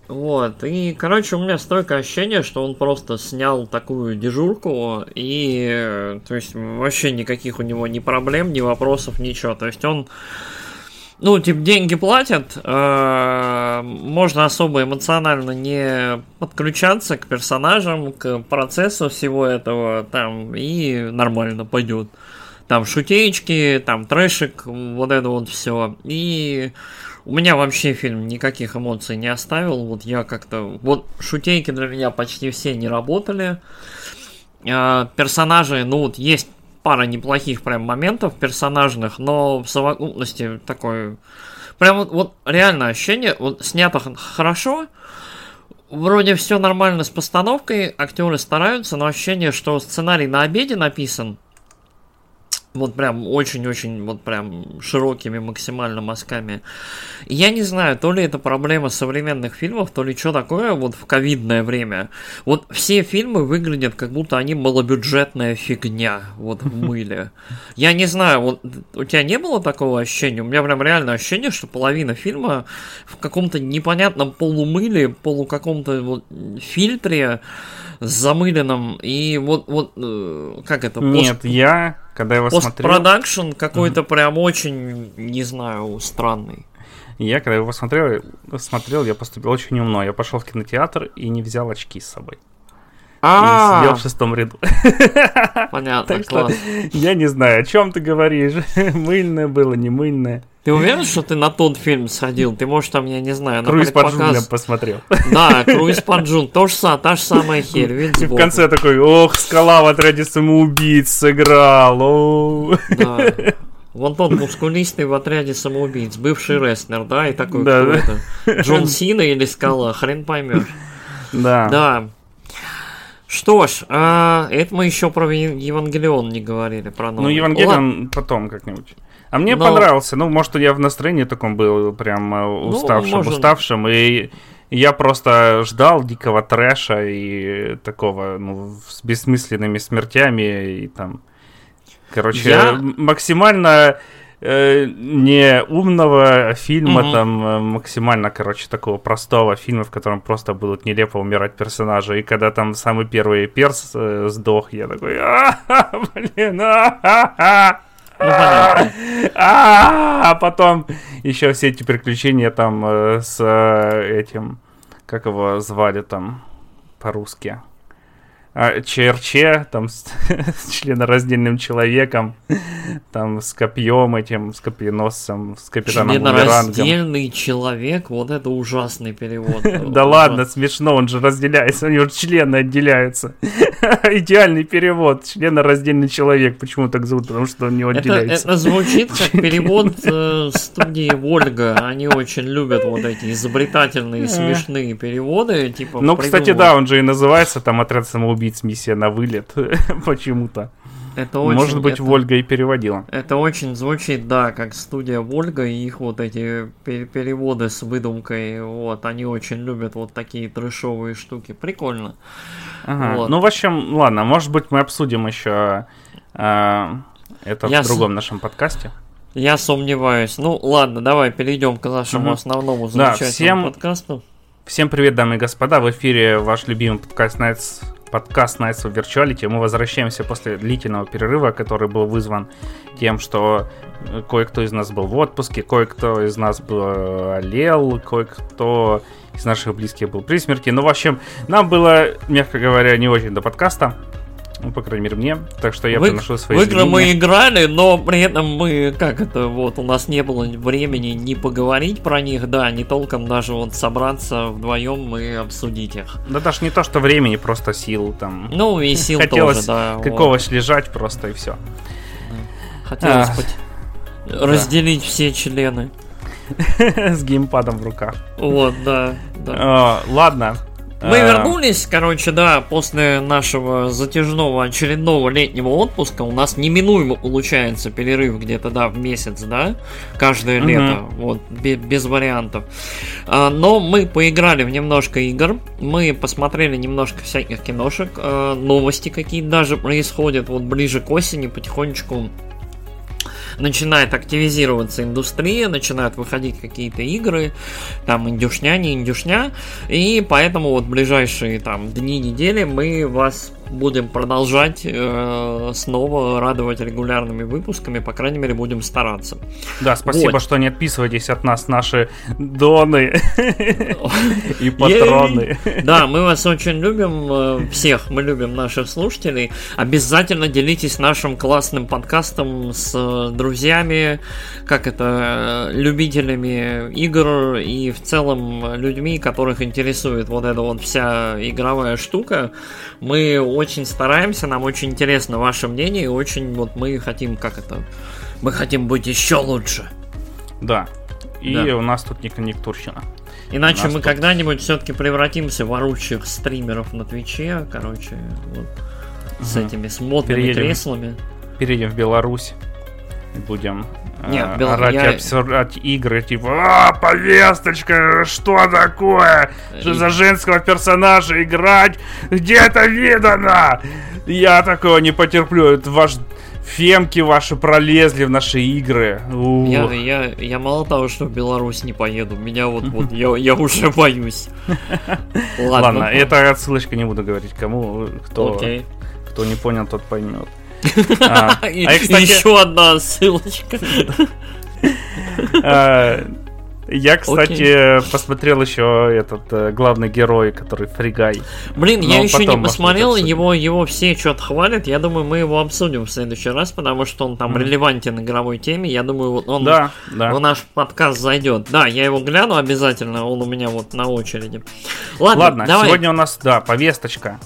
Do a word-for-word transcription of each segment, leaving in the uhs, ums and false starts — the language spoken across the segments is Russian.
Вот, и, короче, у меня стойкое ощущение, что он просто снял такую дежурку, и, то есть, вообще никаких у него ни проблем, ни вопросов, ничего. То есть, он, ну, типа, деньги платят, э, можно особо эмоционально не подключаться к персонажам, к процессу всего этого, там, и нормально пойдет. Там шутеечки, там трэшик, вот это вот все. И у меня вообще фильм никаких эмоций не оставил. Вот я как-то... Вот шутейки для меня почти все не работали. Э, персонажи, ну вот есть пара неплохих прям моментов персонажных, но в совокупности такой... Прям вот, вот реально ощущение, вот снято хорошо, вроде все нормально с постановкой, актеры стараются, но ощущение, что сценарий на обеде написан, вот прям очень-очень, вот прям широкими максимально мазками. Я не знаю, то ли это проблема современных фильмов, то ли что такое вот в ковидное время. Вот все фильмы выглядят, как будто они малобюджетная фигня, вот в мыле. Я не знаю, вот у тебя не было такого ощущения? У меня прям реально ощущение, что половина фильма в каком-то непонятном полумыле, полу каком-то вот фильтре замыленном, и вот, вот как это? Нет, пост... я, когда его смотрел... Постпродакшн какой-то mm-hmm. прям очень, не знаю, странный. Я, когда его смотрел, смотрел, я поступил очень умно. Я пошел в кинотеатр и не взял очки с собой. А-а-а. И сидел в шестом ряду. Понятно, так класс. Что я не знаю, о чем ты говоришь. Мыльное было, не мыльное. Ты уверен, что ты на тот фильм сходил? Ты, может, там, я не знаю, на Круиз по джунглям посмотрел. Да, Круиз по джунглям. То же самое, та же самая херь. И в конце такой, ох, Скала в отряде самоубийц сыграл. Да. Вон тот мускулистый в отряде самоубийц, бывший рестлер, да, и такой, да, кто да. это? Джон Сина или Скала? Хрен поймешь. Да. Да. Что ж, а, это мы еще про Евангелион не говорили, про новый. Ну, Евангелион Ладно. потом как-нибудь. А мне Но... понравился, ну, может, я в настроении таком был прям уставшим, ну, уставшим, и я просто ждал дикого трэша и такого, ну, с бессмысленными смертями и там, короче, я... максимально э, не умного фильма, угу. там, максимально, короче, такого простого фильма, в котором просто будут нелепо умирать персонажи, и когда там самый первый перс э, сдох, я такой, а-ха, блин, а-ха-ха. Ну, понятно. А потом еще все эти приключения там э, с э, этим, как его звали там по-русски, а, ЧРЧ, там с, с членораздельным человеком, там с копьем этим, с копьеносцем, с капитаном Бумерангом. Членораздельный человек, вот это ужасный перевод. Да ладно, смешно, он же разделяется, у него члены отделяются. Идеальный перевод, членораздельный человек, почему так зовут, потому что он не отделяется. Это звучит как перевод студии Вольга, они очень любят вот эти изобретательные, смешные переводы, типа. Ну, кстати, да, он же и называется там «Отряд самоубийц. Миссия на вылет» почему-то. Это очень, Может быть, это, Вольга и переводила. Это очень звучит, да, как студия Вольга, и их вот эти пер- переводы с выдумкой, вот, они очень любят вот такие трэшовые штуки. Прикольно. Ага. Вот. Ну, в общем, ладно, может быть, мы обсудим еще э, это Я в другом с... нашем подкасте. Я сомневаюсь. Ну, ладно, давай перейдем к нашему угу. основному замечательному да, всем, подкасту. Всем привет, дамы и господа, в эфире ваш любимый подкаст Nights подкаст Nights of Virtuality. Мы возвращаемся после длительного перерыва, который был вызван тем, что кое-кто из нас был в отпуске, кое-кто из нас был олел, кое-кто из наших близких был при смерти. Ну, в общем, нам было, мягко говоря, не очень до подкаста. Ну, по крайней мере, мне. Так что я Вы, приношу свои в игры мы играли, но при этом мы, как это, вот, у нас не было времени ни поговорить про них, да, не толком даже вот собраться вдвоем и обсудить их. Да даже не то, что времени, просто сил там. Ну, и сил Хотелось тоже, да. какого-то вот. лежать просто, и все. Хотелось а, быть, да. разделить все члены. С геймпадом в руках. Вот, да. да. О, ладно. Мы вернулись, короче, да, после нашего затяжного очередного летнего отпуска. У нас неминуемо получается перерыв где-то, да, в месяц, да, каждое mm-hmm. лето, вот, без, без вариантов. А, но мы поиграли в немножко игр, мы посмотрели немножко всяких киношек, а, новости какие-то даже происходят, вот ближе к осени потихонечку начинает активизироваться индустрия, начинают выходить какие-то игры, там индюшня, не индюшня, и поэтому вот в ближайшие там дни, недели мы вас будем продолжать э, снова радовать регулярными выпусками, по крайней мере, будем стараться. Да, спасибо, вот. Что не отписываетесь от нас наши доны и патроны. Да, мы вас очень любим, всех мы любим наших слушателей. Обязательно делитесь нашим классным подкастом с друзьями, как это, любителями игр и в целом людьми, которых интересует вот эта вот вся игровая штука. Мы очень стараемся, нам очень интересно ваше мнение, и очень вот мы хотим, как это, мы хотим быть еще лучше. Да, и да. У нас тут не конъюнктурщина. Иначе мы тут... когда-нибудь все-таки превратимся в орущих стримеров на Твиче, короче, вот, угу. с этими, с модными переедем, креслами. Перейдем в Беларусь и будем... Нет, Бел... орать я... и обсуждать игры, типа, а, повесточка, что такое? Что за женского персонажа играть? Где это видано? Я такого не потерплю. Это ваш... Фемки ваши пролезли в наши игры. Я, я, я мало того, что в Беларусь не поеду, меня вот, вот я, я уже боюсь. Ладно, Ладно это отсылочка, не буду говорить кому, кто, кто не понял, тот поймет. А, а и, кстати... Еще одна ссылочка. Я, кстати, okay. посмотрел еще этот главный герой, который Фригай. Блин, но я еще не посмотрел, его, его все что-то хвалят. Я думаю, мы его обсудим в следующий раз, потому что он там mm. релевантен игровой теме. Я думаю, он да, да. в наш подкаст зайдет. Да, я его гляну обязательно, он у меня вот на очереди. Ладно, Ладно давай. Сегодня у нас, да, повесточка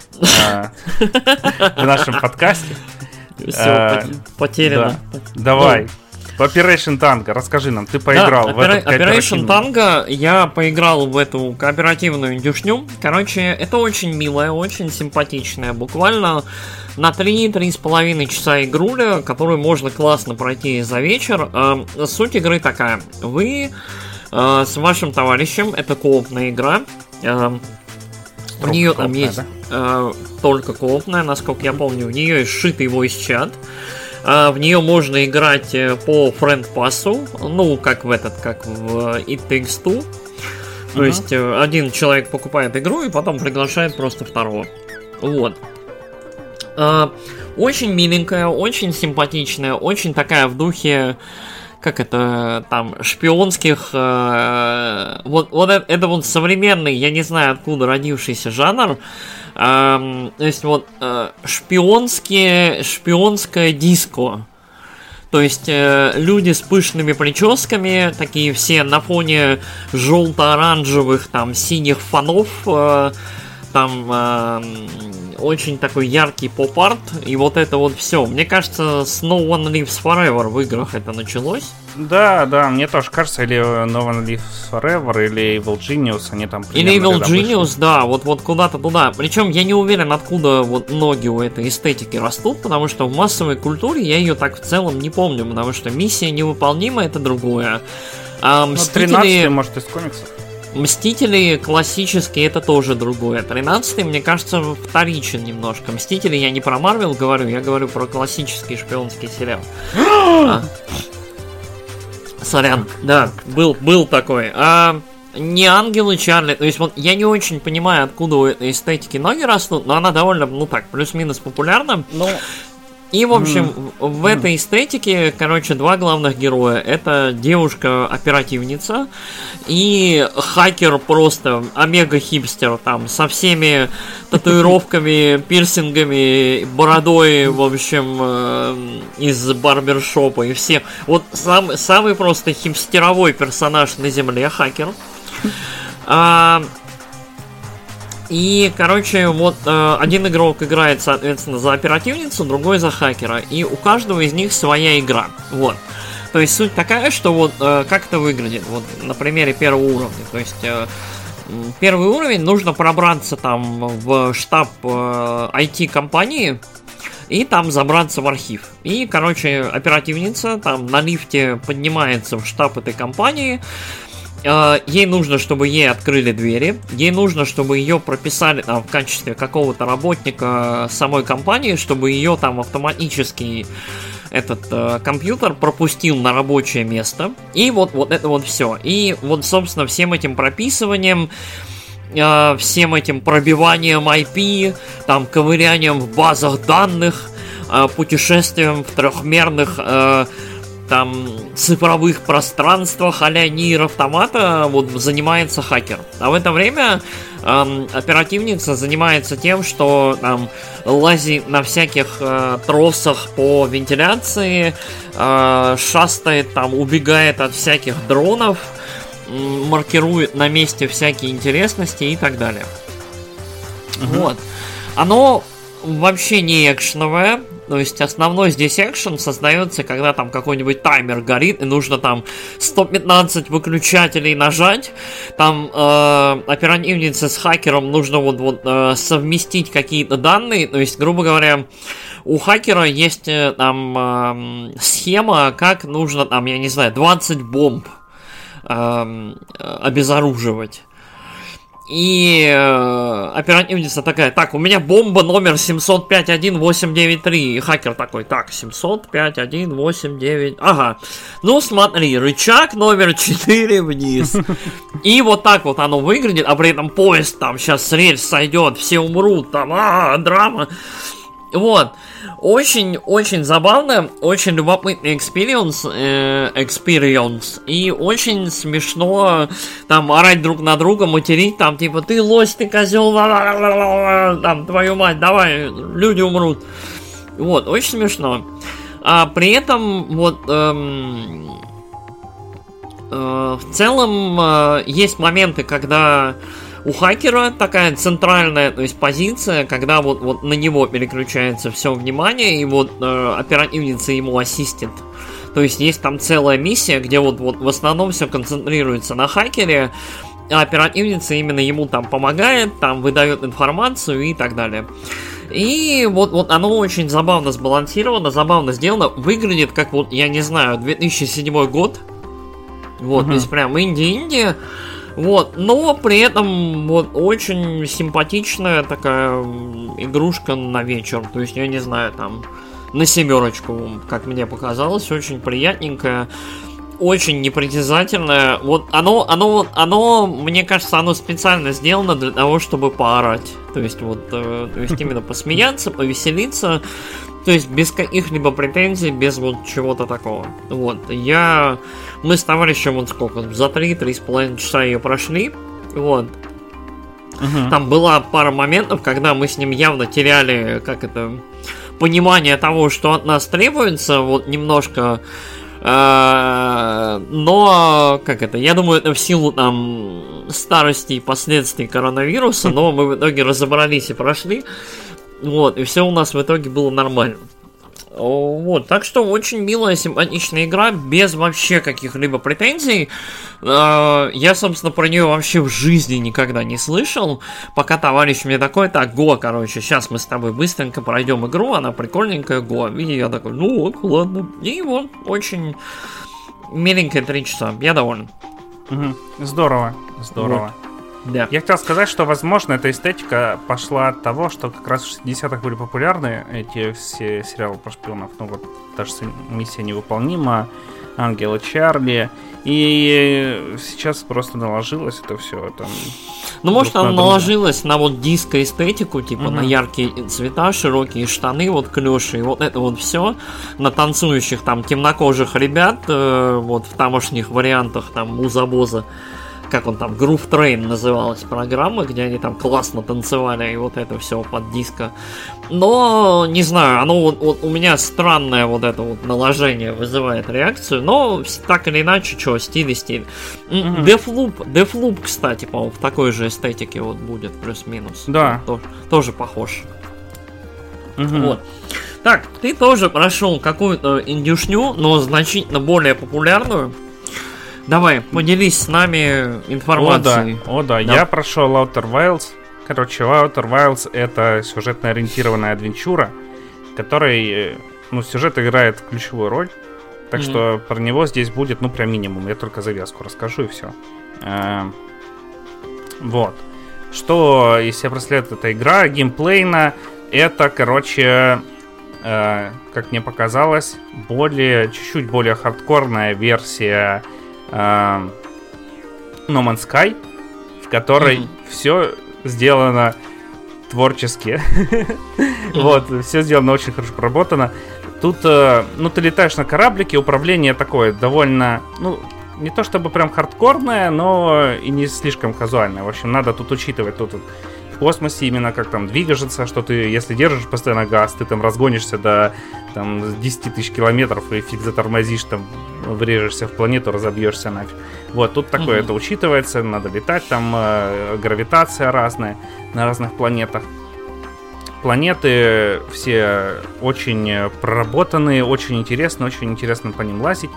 в нашем подкасте. Все, потеряно. Давай. Operation Tango, расскажи нам, ты поиграл да, в эту Operation Tango, я поиграл в эту кооперативную индюшню. Короче, это очень милая, очень симпатичная. Буквально на три-три с половиной часа игруля, которую можно классно пройти за вечер. Суть игры такая. Вы с вашим товарищем, это коопная игра. У нее там есть да? только коопная, насколько я помню. У нее есть сшитый voice-чат. В нее можно играть по френд-пассу, ну, как в этот, как в It Takes Two. То uh-huh. есть один человек покупает игру и потом приглашает просто второго. Вот. Очень миленькая, очень симпатичная, очень такая в духе, как это, там, шпионских... Вот, вот это, это вот современный, я не знаю откуда родившийся жанр. Uh, то есть вот uh, шпионские, шпионское диско. То есть uh, люди с пышными прическами, такие все на фоне желто-оранжевых, там, синих фонов, uh, там uh, очень такой яркий поп-арт, и вот это вот все. Мне кажется, с No One Lives Forever в играх это началось. Да, да, мне тоже кажется, или No One Lives Forever, или Evil Genius, они там... Или Evil Genius, да, вот, вот куда-то туда. Причем я не уверен, откуда вот ноги у этой эстетики растут, потому что в массовой культуре я ее так в целом не помню, потому что миссия невыполнима, это другое. А Мстители... Ну, тринадцатый, может, из комиксов. Мстители классические, это тоже другое. тринадцатый, мне кажется, вторичен немножко. Мстители я не про Марвел говорю, я говорю про классический шпионский сериал. а. Сорян, да, был, был такой. А, не ангелы Чарли. То есть вот я не очень понимаю, откуда у этой эстетики ноги растут, но она довольно, ну так, плюс-минус популярна. Но... И, в общем, mm. в этой эстетике, короче, два главных героя. Это девушка-оперативница и хакер просто, омега-хипстер, там, со всеми татуировками, пирсингами, бородой, в общем, из барбершопа и все. Вот сам, самый просто хипстеровой персонаж на земле, хакер. А... И, короче, вот э, один игрок играет, соответственно, за оперативницу, другой за хакера. И у каждого из них своя игра. Вот. То есть суть такая, что вот э, как это выглядит. Вот на примере первого уровня. То есть э, первый уровень нужно пробраться там в штаб э, ай ти-компании и там забраться в архив. И, короче, оперативница там на лифте поднимается в штаб этой компании. Ей нужно, чтобы ей открыли двери. Ей нужно, чтобы ее прописали там, в качестве какого-то работника самой компании, чтобы ее там автоматически этот э, компьютер пропустил на рабочее место. И вот, вот это вот все. И вот, собственно, всем этим прописыванием, э, всем этим пробиванием ай пи, там, ковырянием в базах данных, э, путешествием в трехмерных э, там цифровых пространствах а-ля Нир Автомата вот занимается хакер. А в это время эм, оперативница занимается тем, что там лазит на всяких э, тросах по вентиляции, э, шастает там, убегает от всяких дронов, э, маркирует на месте всякие интересности и так далее. Uh-huh. Вот. Оно вообще не экшеновое. То есть основной здесь экшен создается, когда там какой-нибудь таймер горит, и нужно там сто пятнадцать выключателей нажать. Там э, оперативнице с хакером нужно вот, вот э, совместить какие-то данные. То есть, грубо говоря, у хакера есть э, там э, схема, как нужно там, я не знаю, двадцать бомб э, обезоруживать. И э, оперативница такая: так, у меня бомба номер семьсот пять один восемь девять три. И хакер такой: так, семьсот пять один восемь девять. Ага. Ну смотри, рычаг номер четыре вниз. И вот так вот оно выглядит, а при этом поезд там сейчас с рельс сойдет, все умрут, там, а, драма. Вот. Очень-очень забавно, очень любопытный experience, э, experience, и очень смешно там орать друг на друга, материть, там типа: ты лось, ты козел, там, твою мать, давай, люди умрут. Вот, очень смешно. А при этом вот эм, э, в целом э, есть моменты, когда у хакера такая центральная, то есть позиция, когда вот, вот на него переключается все внимание, и вот э, оперативница ему ассистит. То есть есть там целая миссия, где вот, вот в основном все концентрируется на хакере, а оперативница именно ему там помогает, там выдает информацию и так далее. И вот, вот оно очень забавно сбалансировано, забавно сделано, выглядит как вот, я не знаю, две тысячи седьмой год. Вот, uh-huh. То есть прям инди-инди. Вот, но при этом вот очень симпатичная такая игрушка на вечер. То есть, я не знаю, там на семерочку, как мне показалось, очень приятненькая, очень непритязательная. Вот оно, оно, оно, мне кажется, оно специально сделано для того, чтобы поорать. То есть, вот, э, то есть именно посмеяться, повеселиться. То есть без каких-либо претензий, без вот чего-то такого. Вот, я... Мы с товарищем вот сколько, за три-три с половиной часа ее прошли. Вот. Uh-huh. Там была пара моментов, когда мы с ним явно теряли, как это, понимание того, что от нас требуется, вот немножко. Но, как это, я думаю, это в силу там старости и последствий коронавируса, но мы в итоге разобрались и прошли. Вот, и все у нас в итоге было нормально. Вот, так что очень милая, симпатичная игра, без вообще каких-либо претензий. Я, собственно, про нее вообще в жизни никогда не слышал, пока товарищ мне такой: так, Го, короче, сейчас мы с тобой быстренько пройдем игру, она прикольненькая, Го. И я такой: ну вот, ладно. И вот, очень миленькие три часа, я доволен. Угу. Здорово, здорово. Вот. Да. Я хотел сказать, что, возможно, эта эстетика пошла от того, что как раз в шестидесятых были популярны эти все сериалы про шпионов. Ну вот, даже «Миссия невыполнима», «Ангелы Чарли». И сейчас просто наложилось это все. Там, ну, может, она наложилась на вот диско-эстетику, типа uh-huh. на яркие цвета, широкие штаны, вот клёши, и вот это вот все. На танцующих там темнокожих ребят, э, вот в тамошних вариантах там муза-боза. Как он там, Groove Train называлась программа, где они там классно танцевали, и вот это все под диско. Но, не знаю, оно вот, вот у меня странное вот это вот наложение вызывает реакцию, но так или иначе, что, стиль и стиль. Mm-hmm. Deathloop, Deathloop, кстати, по-моему, в такой же эстетике вот будет, плюс-минус. Да. То, тоже похож. Mm-hmm. Вот. Так, ты тоже прошел какую-то индюшню, но значительно более популярную. Давай, поделись с нами информацией. О, да, О, да. да. Я прошел Outer Wilds. Короче, Outer Wilds — это сюжетно-ориентированная адвенчура, в которой, ну, сюжет играет ключевую роль. Так mm-hmm. что про него здесь будет, ну, прям минимум. Я только завязку расскажу, и все. Эм, вот. Что из себя представляет эта игра? Геймплейно это, короче, э, как мне показалось, более, чуть-чуть более хардкорная версия э, No Man's Sky, в которой mm-hmm. все сделано творчески. Mm-hmm. Вот, все сделано очень хорошо проработано. Тут, э, ну, ты летаешь на кораблике, управление такое довольно, ну, не то чтобы прям хардкорное, но и не слишком казуальное. В общем, надо тут учитывать, тут, тут в космосе именно как там двигаться, что ты, если держишь постоянно газ, ты там разгонишься до там, десять тысяч километров и фиг затормозишь, там врежешься в планету, разобьешься нафиг. Вот, тут такое mm-hmm. это учитывается, надо летать, там э, гравитация разная на разных планетах. Планеты все очень проработанные, очень интересно, очень интересно по ним лазить.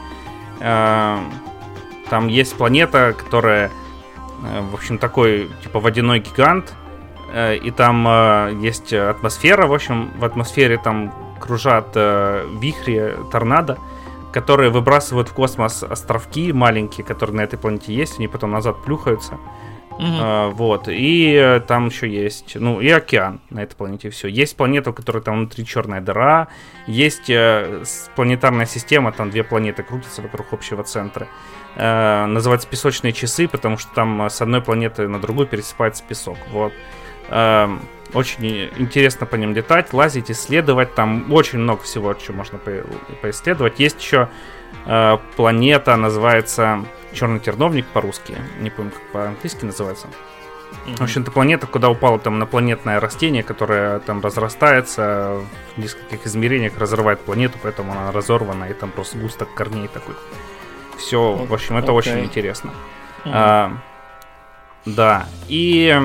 Там есть планета, которая, в общем, такой, типа, водяной гигант. И там есть атмосфера, в общем, в атмосфере там кружат вихри, торнадо, которые выбрасывают в космос островки маленькие, которые на этой планете есть, они потом назад плюхаются. Uh-huh. А, вот, и там еще есть, ну, и океан на этой планете, все. Есть планета, у которой там внутри черная дыра, есть э, планетарная система, там две планеты крутятся вокруг общего центра. Э, называется песочные часы, потому что там с одной планеты на другую пересыпается песок. Вот. Э, очень интересно по ним летать, лазить, исследовать. Там очень много всего, что можно по- поисследовать. Есть еще э, планета, называется Черный терновник по-русски. Не помню, как по-английски называется. Mm-hmm. В общем, это планета, куда упало там инопланетное растение, которое там разрастается в нескольких измерениях, разрывает планету, поэтому она разорвана, и там просто густок корней такой. Все, okay. в общем, это okay. очень интересно. Mm-hmm. А, да, и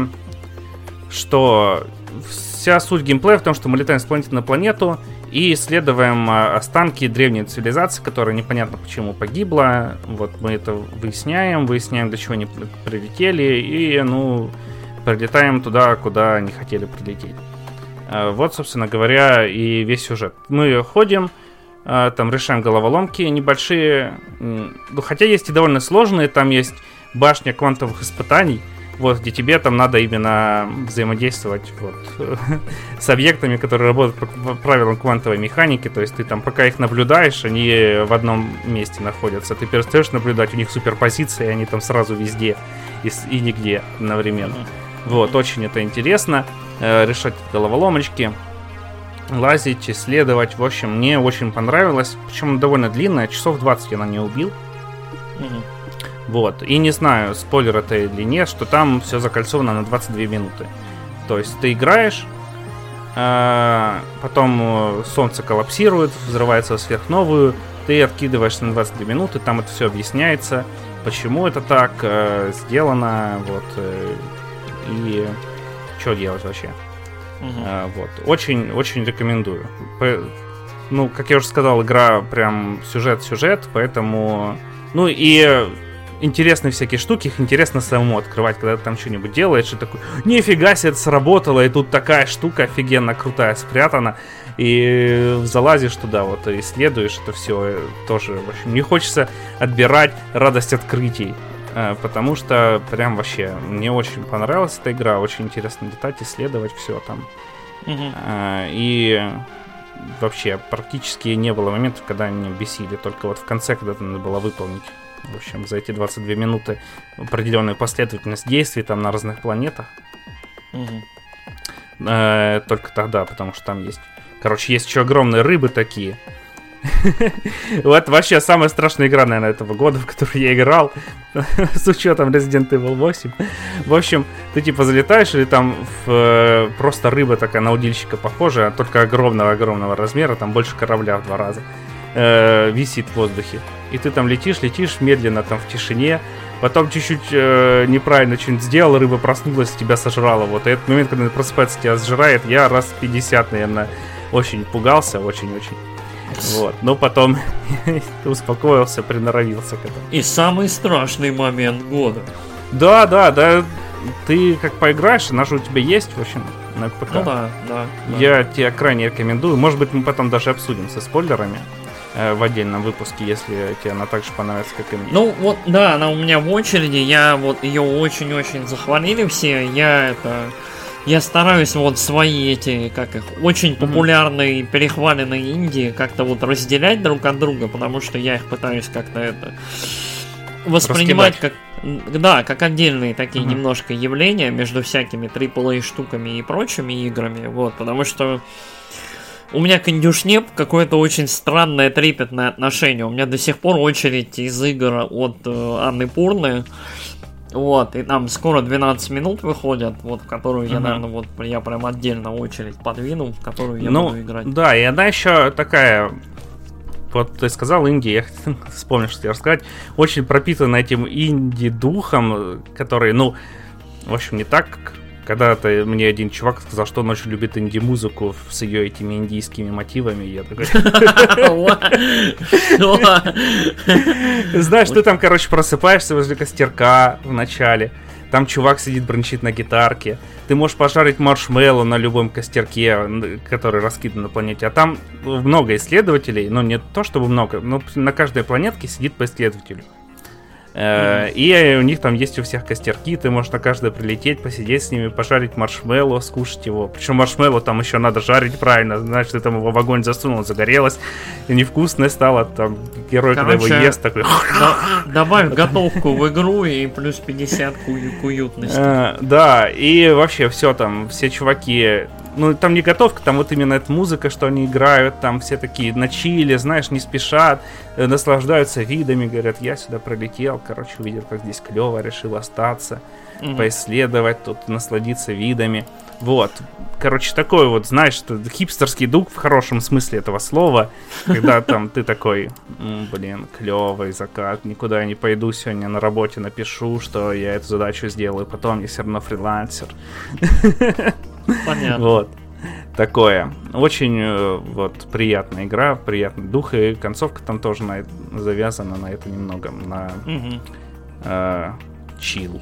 что вся суть геймплея в том, что мы летаем с планеты на планету и исследуем останки древней цивилизации, которая непонятно почему погибла. Вот мы это выясняем, выясняем, до чего они прилетели, и, ну, прилетаем туда, куда не хотели прилететь. Вот, собственно говоря, и весь сюжет. Мы ходим, там решаем головоломки небольшие, ну, хотя есть и довольно сложные, там есть башня квантовых испытаний, вот, где тебе там надо именно взаимодействовать вот, с объектами, которые работают по правилам квантовой механики. То есть ты там пока их наблюдаешь, они в одном месте находятся. Ты перестаешь наблюдать, у них суперпозиции, они там сразу везде и, и нигде одновременно. Вот, очень это интересно. Э, решать головоломочки, лазить, исследовать. В общем, мне очень понравилось. Причем довольно длинная, часов двадцать я на нее убил. Вот, и не знаю, спойлер это или нет, что там все закольцовано на двадцать две минуты. То есть ты играешь, э, потом солнце коллапсирует, взрывается в сверхновую, ты откидываешься на двадцать две минуты, там это все объясняется, почему это так э, сделано, вот, э, и что делать вообще. Угу. Э, вот, очень, очень рекомендую. По, ну, как я уже сказал, игра прям сюжет-сюжет, поэтому, ну и интересные всякие штуки, их интересно самому открывать, когда ты там что-нибудь делаешь, и такой, нифига себе, это сработало, и тут такая штука офигенно крутая спрятана, и залазишь туда, вот, и исследуешь это все, тоже, в общем, не хочется отбирать радость открытий, потому что прям вообще мне очень понравилась эта игра, очень интересно летать, исследовать все там, mm-hmm. и вообще практически не было моментов, когда они бесили, только вот в конце, когда надо было выполнить. В общем, за эти двадцать две минуты определенную последовательность действий там на разных планетах. Угу. Э, только тогда, потому что там есть... Короче, есть еще огромные рыбы такие. Вот вообще самая страшная игра, наверное, этого года, в которую я играл. С учетом Resident Evil восемь. В общем, ты типа залетаешь, или там просто рыба такая на удильщика похожая, только огромного-огромного размера, там больше корабля в два раза. Висит в воздухе. И ты там летишь, летишь медленно там в тишине. Потом чуть-чуть э, неправильно что-нибудь сделал, рыба проснулась, тебя сожрала. Вот и этот момент, когда она просыпается, тебя сжирает, я раз пятьдесят, наверное, очень пугался, очень-очень. Вот. Но потом успокоился, приноровился к этому. И самый страшный момент года. Да, да, да. Ты как поиграешь, она же у тебя есть, в общем, на ПК. Ну да, да. Я да. тебе крайне рекомендую. Может быть, мы потом даже обсудим со спойлерами в отдельном выпуске, если тебе она так же понравится, как и мне. Ну вот, да, она у меня в очереди, я вот ее очень-очень захвалили все, я это я стараюсь вот свои эти, как их, очень популярные, mm-hmm. перехваленные инди как-то вот разделять друг от друга, потому что я их пытаюсь как-то это воспринимать Раскидать. как, да, как отдельные такие mm-hmm. немножко явления между всякими трипл эй штуками и прочими играми, вот, потому что у меня к индюшне какое-то очень странное трепетное отношение. У меня до сих пор очередь из игр от э, Анны Пурны. Вот, и там скоро двенадцать минут выходят, вот, в которую я, uh-huh. наверное, вот я прям отдельно очередь подвину, в которую я ну, буду играть. Да, и она еще такая, вот ты сказал инди, я вспомнил, что тебе рассказать, очень пропитана этим инди-духом, который, ну, в общем, не так, как когда-то мне один чувак сказал, что он очень любит инди-музыку с ее этими индийскими мотивами. Я такой... Знаешь, ты там, короче, просыпаешься возле костерка в начале. Там чувак сидит, брончит на гитарке. Ты можешь пожарить маршмеллоу на любом костерке, который раскидан на планете. А там много исследователей. Ну, не то чтобы много, но на каждой планетке сидит по исследователю. Mm-hmm. И у них там есть у всех костерки, ты можешь на каждое прилететь, посидеть с ними, пожарить маршмеллоу, скушать его. Причем маршмеллоу там еще надо жарить правильно, значит, ты там его в огонь засунул, загорелось, и невкусное стало, там герой, Короче, когда его ест, такой... Да, добавь готовку в игру и плюс пятьдесят к уютности. А, да, и вообще все там, все чуваки... Ну, там не готовка, там вот именно эта музыка, что они играют, там все такие на чиле, знаешь, не спешат, э, наслаждаются видами, говорят, я сюда пролетел, короче, увидел, как здесь клево, решил остаться, mm-hmm. поисследовать, тут насладиться видами. Вот, короче, такой вот, знаешь, хипстерский дух в хорошем смысле этого слова, когда там ты такой, блин, клевый закат, никуда я не пойду сегодня на работе, напишу, что я эту задачу сделаю, потом я все равно фрилансер. Понятно. Вот. Такое. Очень вот приятная игра, приятный дух, и концовка там тоже на, завязана на это немного, на угу. э, чил.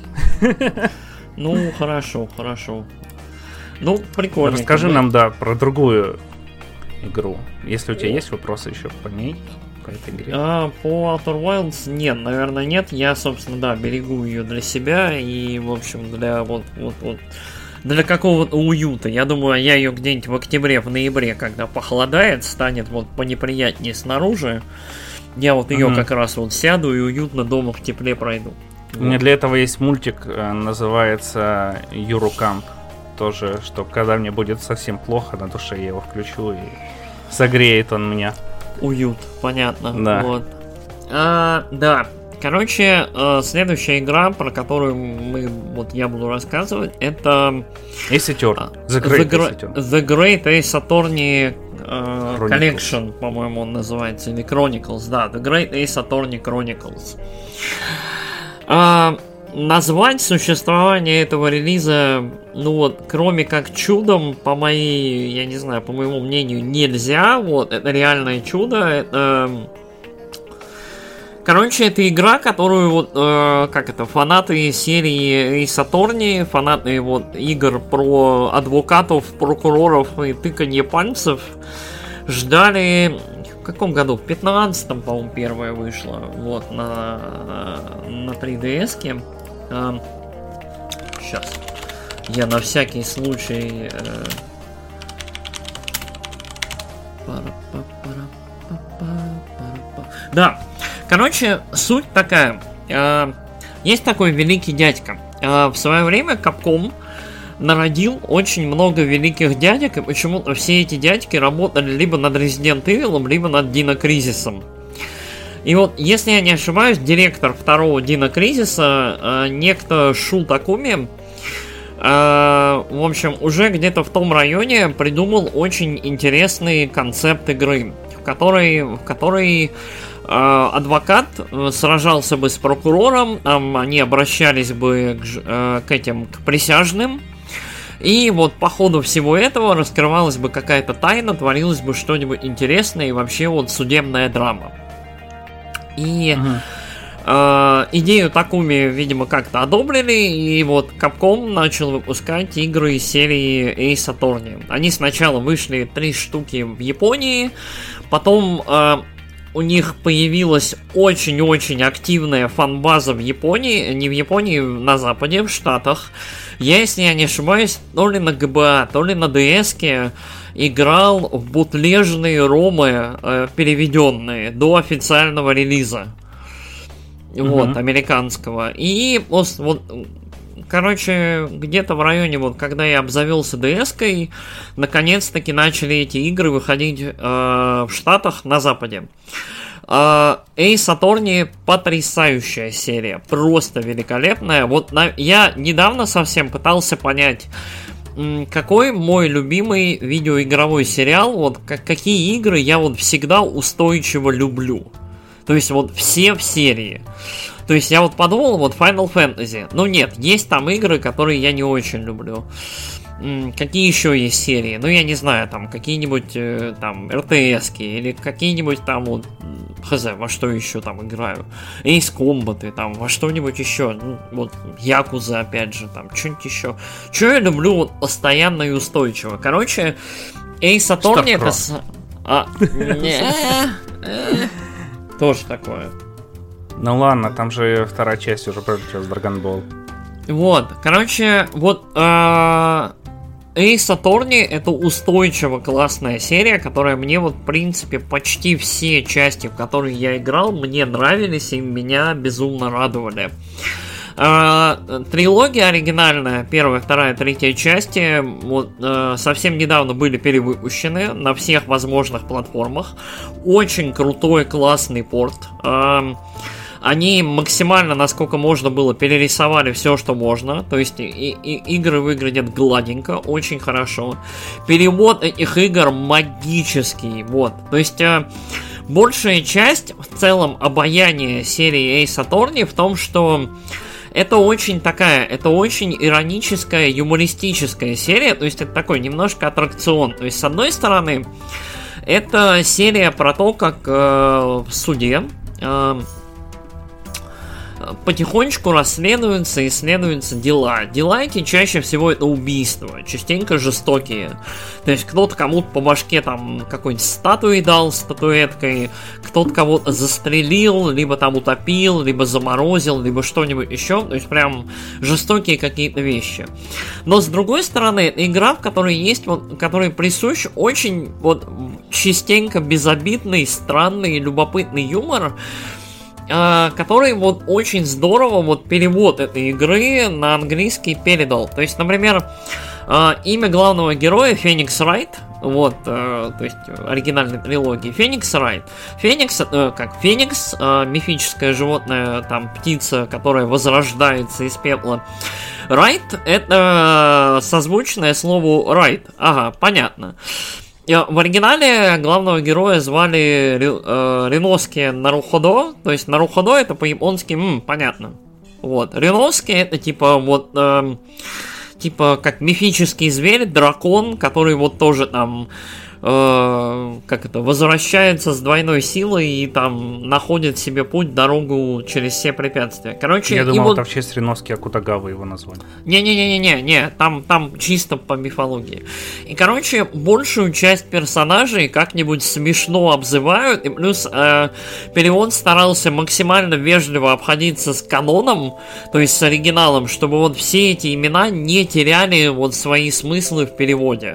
Ну, хорошо, хорошо. Ну, прикольно. Расскажи нам, да, про другую игру. Если у тебя есть вопросы еще по ней, по этой игре. А, по Outer Wilds нет, наверное, нет. Я, собственно, да, берегу ее для себя и, в общем, для вот, вот, вот для какого-то уюта. Я думаю, я ее где-нибудь в октябре, в ноябре, когда похолодает, станет вот понеприятнее снаружи. Я вот ее uh-huh. как раз вот сяду и уютно дома в тепле пройду. У меня вот. Для этого есть мультик, называется Юрукамп. Тоже, что когда мне будет совсем плохо на душе, я его включу и согреет он меня. Уют, понятно. Да. Вот. А, да. Короче, следующая игра, про которую мы, вот я буду рассказывать, это Ace Attorney. The Great, The, Ace The Great Ace Attorney uh, Collection, по-моему, он называется, или Chronicles, да, The Great Ace Attorney Chronicles. Uh, назвать существование этого релиза, ну вот, кроме как чудом, по моей, я не знаю, по моему мнению, нельзя. Вот, это реальное чудо. Это... Короче, это игра, которую вот, э, как это, фанаты серии Ace Attorney, фанаты вот игр про адвокатов, прокуроров и тыканье пальцев ждали. В каком году? В пятнадцатом, по-моему, первая вышла. Вот, на, на три ди эс-ке. Э, сейчас. Я на всякий случай... Э, да. Короче, суть такая. Э, есть такой великий дядька. Э, в свое время Capcom народил очень много великих дядек, и почему-то все эти дядьки работали либо над Resident Evil, либо над Dino Crisis. И вот, если я не ошибаюсь, директор второго Dino Crisis, э, некто Шу Такуми, э, в общем, уже где-то в том районе придумал очень интересный концепт игры, в которой... В которой адвокат сражался бы с прокурором, там они обращались бы к, к этим, к присяжным, и вот по ходу всего этого раскрывалась бы какая-то тайна, творилось бы что-нибудь интересное, и вообще вот судебная драма. И uh-huh. э, идею Такуми, видимо, как-то одобрили, и вот Capcom начал выпускать игры из серии Ace Attorney. Они сначала вышли три штуки в Японии, потом... Э, у них появилась очень-очень активная фан-база в Японии, не в Японии, на Западе, в Штатах. я, если я не ошибаюсь, то ли на джи би эй, то ли на ди эс-ке играл в бутлежные ромы, э, переведенные до официального релиза. Mm-hmm. Вот, американского. И вот, вот, короче, где-то в районе, вот, когда я обзавелся ди эс-кой, наконец-таки начали эти игры выходить э, в Штатах на Западе. Эйс Аторни потрясающая серия, просто великолепная. Вот на, я недавно совсем пытался понять, какой мой любимый видеоигровой сериал, вот как, какие игры я вот всегда устойчиво люблю. То есть вот все в серии. То есть я вот подумал, вот Final Fantasy. Ну нет, есть там игры, которые я не очень люблю. Какие еще есть серии? Ну, я не знаю, там, какие-нибудь э, там эр ти эс-ки или какие-нибудь там вот, хз, во что еще там играю. Ace Combat, там, во что-нибудь еще. Ну, вот, Якуза, опять же, там, что-нибудь еще. Что я люблю вот постоянно и устойчиво? Короче, Ace Attorney это... А, тоже такое. Ну ладно, там же вторая часть уже пролетела с Dragon Ball. Вот, короче, вот Ace Attorney это устойчиво классная серия, которая мне вот, в принципе, почти все части, в которые я играл, мне нравились и меня безумно радовали. Uh, трилогия оригинальная, первая, вторая, третья части, вот, uh, совсем недавно были перевыпущены на всех возможных платформах. Очень крутой, классный порт. Uh, Они максимально, насколько можно было, перерисовали все, что можно. То есть и, и, игры выглядят гладенько, очень хорошо. Перевод этих игр магический. Вот. То есть э, большая часть в целом обаяния серии Ace Attorney в том, что это очень такая, это очень ироническая, юмористическая серия. То есть это такой немножко аттракцион. То есть с одной стороны, это серия про то, как э, в суде э, потихонечку расследуются и исследуются дела. Дела эти чаще всего это убийства, частенько жестокие. То есть кто-то кому-то по башке там какой-нибудь статуей дал, статуэткой, кто-то кого-то застрелил, либо там утопил, либо заморозил, либо что-нибудь еще. То есть прям жестокие какие-то вещи. Но с другой стороны, это игра, в которой есть, вот, которой присущ очень вот частенько безобидный, странный, любопытный юмор, который вот очень здорово вот перевод этой игры на английский передал. То есть, например, имя главного героя Феникс Райт, вот, то есть оригинальной трилогии Феникс Райт. Феникс, как Феникс, мифическое животное, там птица, которая возрождается из пепла. Райт это созвучное слову райт. Ага, понятно. В оригинале главного героя звали э, Риноски Наруходо, то есть Наруходо это по-японски, м, понятно. Вот, Риноски это типа вот, э, типа как мифический зверь, дракон, который вот тоже там, э, как это, возвращается с двойной силой и там находит себе путь, дорогу через все препятствия. Короче, я думал, вот... это в честь Риноски Акутагавы его назвали. Не-не-не-не-не, там, там чисто по мифологии. И, короче, большую часть персонажей как-нибудь смешно обзывают, и плюс э, перевод старался максимально вежливо обходиться с каноном, то есть с оригиналом, чтобы вот все эти имена не теряли вот свои смыслы в переводе.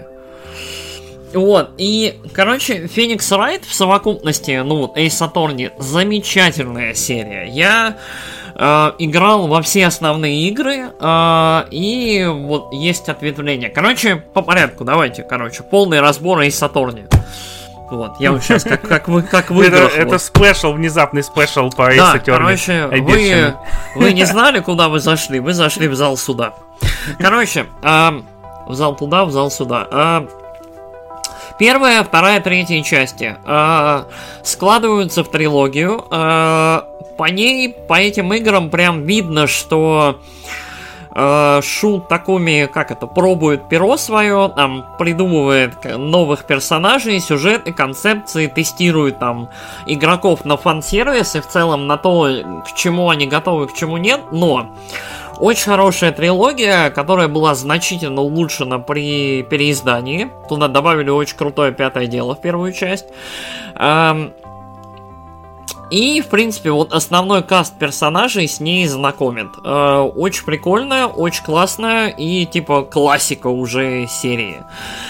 Вот, и, короче, Феникс Райт в совокупности, ну, Ace Attorney, замечательная серия. Я э, играл во все основные игры, э, и вот есть ответвления. Короче, по порядку, давайте, короче, полный разбор Ace Attorney. Вот, я вот сейчас как, как вы как выиграл. Это, это спешл, внезапный спешл по Ace да, Attorney. Короче, вы, вы не знали, куда вы зашли, вы зашли в зал суда. Короче, э, в зал туда, в зал сюда. Э, Первая, вторая, третья части э, складываются в трилогию. Э, по ней, по этим играм прям видно, что э, Шу Такуми, как это, пробует перо свое, там, придумывает новых персонажей, сюжеты, концепции, тестирует там игроков на фан-сервис и в целом на то, к чему они готовы, к чему нет, но... Очень хорошая трилогия, которая была значительно улучшена при переиздании. Туда добавили очень крутое пятое дело в первую часть. Эм, И, в принципе, вот основной каст персонажей с ней знакомит. Э, очень прикольная, очень классная и, типа, классика уже серии.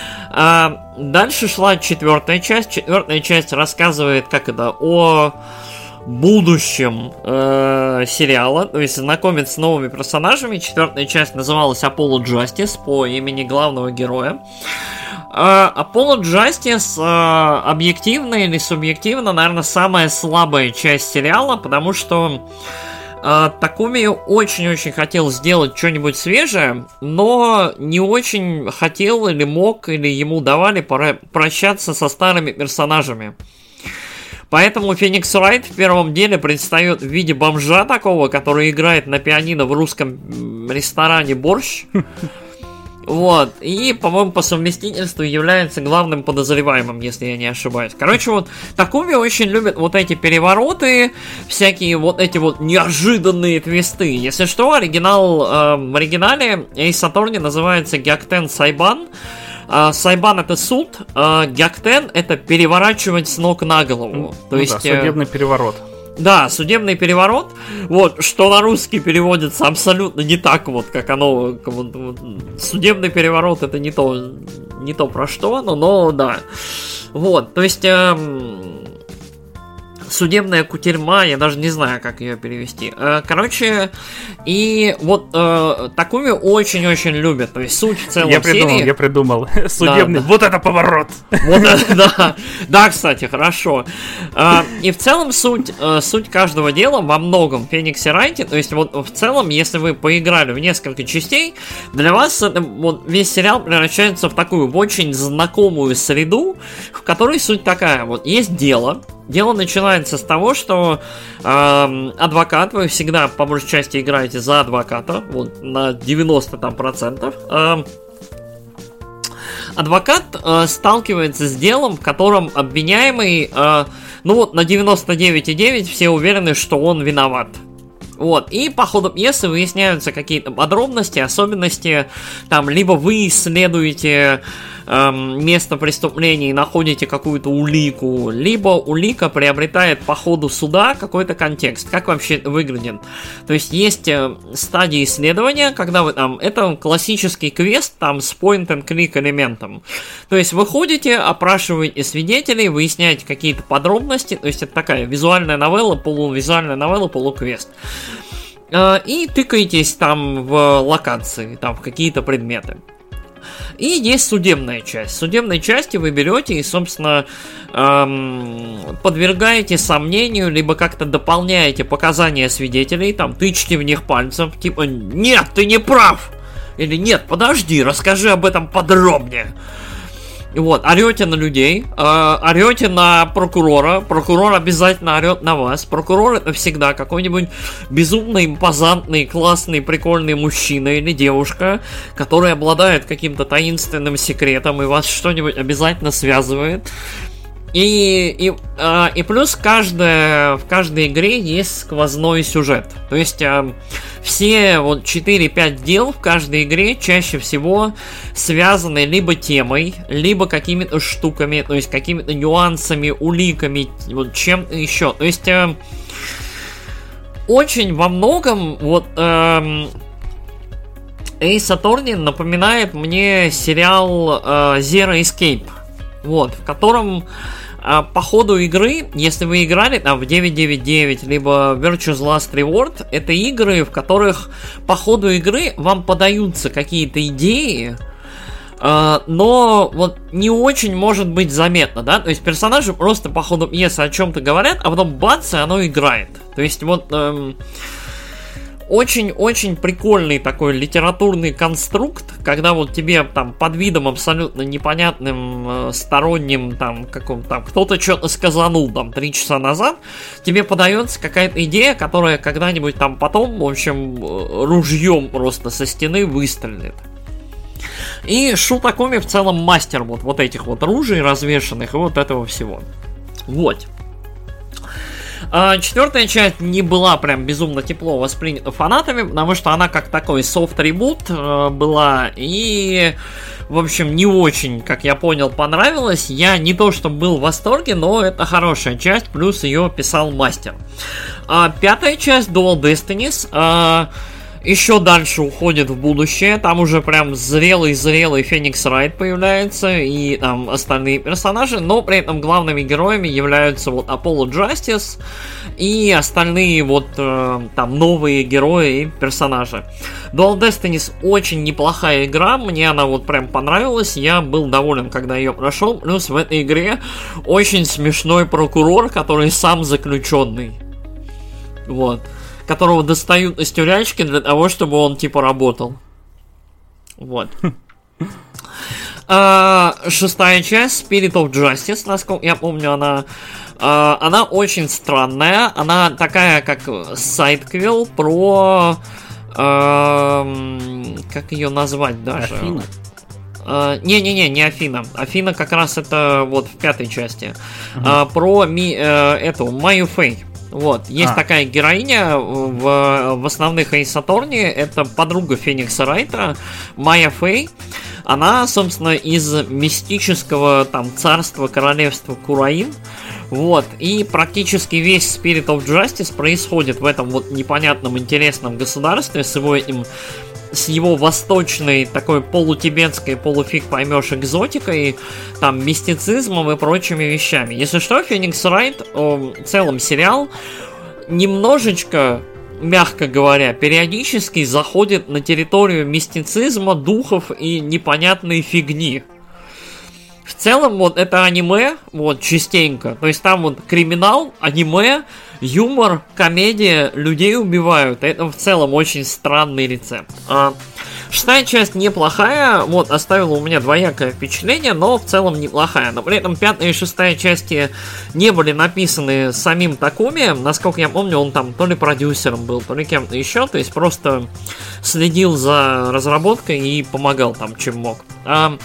А дальше шла четвертая часть. Четвертая часть рассказывает, как это, о будущем э, сериала, то есть знакомит с новыми персонажами. Четвертая часть называлась Apollo Justice по имени главного героя. Uh, Apollo Justice uh, объективно или субъективно, наверное, самая слабая часть сериала, потому что uh, Такуми очень-очень хотел сделать что-нибудь свежее, но не очень хотел или мог, или ему давали пора прощаться со старыми персонажами. Поэтому Феникс Райт в первом деле предстает в виде бомжа такого, который играет на пианино в русском ресторане «Борщ». Вот, и, по-моему, по совместительству является главным подозреваемым, если я не ошибаюсь. Короче, вот Такуми очень любит вот эти перевороты, всякие вот эти вот неожиданные твисты. Если что, оригинал, э, в оригинале Ace Attorney называется Гяктен Сайбан. Uh, Сайбан это суд, uh, Гяктен это переворачивать с ног на голову. Ну, То ну есть, да, судебный переворот. Да, судебный переворот, вот, что на русский переводится абсолютно не так, вот, как оно, вот, вот, судебный переворот это не то, не то про что оно, но да, вот, то есть, эм, судебная кутерьма, я даже не знаю, как ее перевести. Короче, и вот э, Такуми очень-очень любят. То есть суть в целом я придумал, серии... Я придумал, судебный, да, вот это поворот! Вот это, да, да, кстати, хорошо. И в целом суть, суть каждого дела во многом в Фениксе Райте, то есть вот в целом, если вы поиграли в несколько частей, для вас это, вот, весь сериал превращается в такую в очень знакомую среду, в которой суть такая, вот есть дело. Дело начинается с того, что э, адвокат, вы всегда по большей части играете за адвоката, вот на девяносто там процентов. Э, адвокат э, сталкивается с делом, в котором обвиняемый, э, ну вот на девяносто девять и девять десятых все уверены, что он виноват. Вот, и по ходу пьесы выясняются какие-то подробности, особенности, там, либо вы исследуете эм, место преступления и находите какую-то улику, либо улика приобретает по ходу суда какой-то контекст, как вообще это выглядит. То есть есть э, стадии исследования, когда вы там, это классический квест, там, с point-and-click элементом. То есть вы ходите, опрашиваете свидетелей, выясняете какие-то подробности, то есть это такая визуальная новелла, полувизуальная новелла, полуквест. И тыкаетесь там в локации, там в какие-то предметы. И есть судебная часть. В судебной части вы берете и, собственно, эм, подвергаете сомнению, либо как-то дополняете показания свидетелей, там, тычете в них пальцем, типа, нет, ты не прав! Или нет, подожди, расскажи об этом подробнее. Вот, орете на людей, э, орете на прокурора, прокурор обязательно орет на вас. Прокурор это всегда какой-нибудь безумно импозантный, классный, прикольный мужчина или девушка, который обладает каким-то таинственным секретом и вас что-нибудь обязательно связывает. И, и, э, и плюс каждая, в каждой игре есть сквозной сюжет. То есть э, все вот четыре-пять дел в каждой игре чаще всего связаны либо темой, либо какими-то штуками, то есть какими-то нюансами, уликами, вот чем-то еще. То есть э, очень во многом вот э, Ace Attorney напоминает мне сериал э, Zero Escape. Вот, в котором а, по ходу игры, если вы играли там в девять девять девять, либо Virtue's Last Reward, это игры, в которых по ходу игры вам подаются какие-то идеи, а, но вот не очень может быть заметно, да, то есть персонажи просто по ходу пьесы о чем-то говорят, а потом бац, и оно играет. То есть вот... Эм, очень-очень прикольный такой литературный конструкт, когда вот тебе там под видом абсолютно непонятным, э, сторонним, там, каком там, кто-то что-то сказанул там три часа назад, тебе подается какая-то идея, которая когда-нибудь там потом, в общем, ружьем просто со стены выстрелит. И Сhu Takumi в целом мастер вот, вот этих вот ружей развешанных и вот этого всего. Вот. Четвертая часть не была прям безумно тепло воспринята фанатами, потому что она как такой софт-ребут э, была, и в общем, не очень, как я понял, понравилась. Я не то что был в восторге, но это хорошая часть, плюс ее писал мастер. А пятая часть Dual Destinies а, еще дальше уходит в будущее. Там уже прям зрелый-зрелый Феникс Райт появляется и там остальные персонажи, но при этом главными героями являются вот Apollo Justice и остальные вот э, там новые герои и персонажи. Dual Destinies очень неплохая игра, мне она вот прям понравилась, я был доволен, когда ее прошел. Плюс в этой игре очень смешной прокурор, который сам заключенный. Вот. Которого достают из тюрячки для того, чтобы он типа работал. Вот. а, шестая часть, Spirit of Justice, насколько я помню, она... Uh, она очень странная. Она такая, как сайдквел про... Uh, как ее назвать даже? Афина? Uh, не-не-не, не Афина. Афина как раз это вот в пятой части. Uh-huh. Uh, про ми, uh, эту Майю Фэй. Вот, есть а. такая героиня в, в основных Эйс Аторни, это подруга Феникса Райта, Майя Фэй. Она, собственно, из мистического там царства, королевства Кураин. Вот, и практически весь Spirit of Justice происходит в этом вот непонятном интересном государстве с его этим, с его восточной такой полутибетской, полуфиг поймешь экзотикой, там, мистицизмом и прочими вещами. Если что, Феникс Райт, в целом сериал, немножечко, мягко говоря, периодически заходит на территорию мистицизма, духов и непонятной фигни. В целом, вот это аниме, вот, частенько. То есть там вот криминал, аниме, юмор, комедия, людей убивают. Это в целом очень странный рецепт. А, шестая часть неплохая, вот, оставила у меня двоякое впечатление, но в целом неплохая. Но при этом пятая и шестая части не были написаны самим Такуми. Насколько я помню, он там то ли продюсером был, то ли кем-то еще. То есть просто следил за разработкой и помогал там, чем мог. А,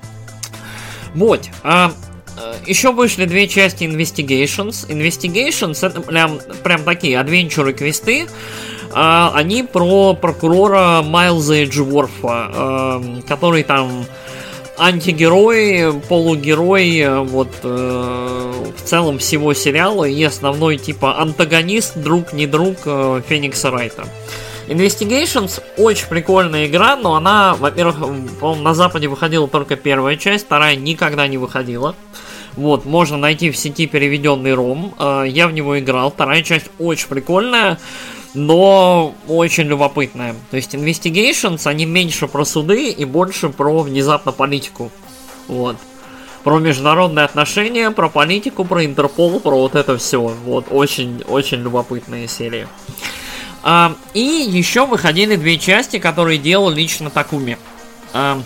Вот, а, еще вышли две части Investigations. Investigations это прям, прям такие адвенчуры, квесты. А, они про прокурора Майлза Эджворфа, а, который там антигерой, полугерой, вот э, в целом всего сериала и основной типа антагонист, друг не друг э, Феникса Райта. Investigations очень прикольная игра, но она, во-первых, по-моему, на Западе выходила только первая часть, вторая никогда не выходила. Вот, можно найти в сети переведенный ром. Я в него играл. Вторая часть очень прикольная, но очень любопытная. То есть Investigations, они меньше про суды и больше про внезапно политику. Вот. Про международные отношения, про политику, про Интерпол, про вот это все. Вот, очень-очень любопытные серии. А, и еще выходили две части, которые делал лично Такуми. А,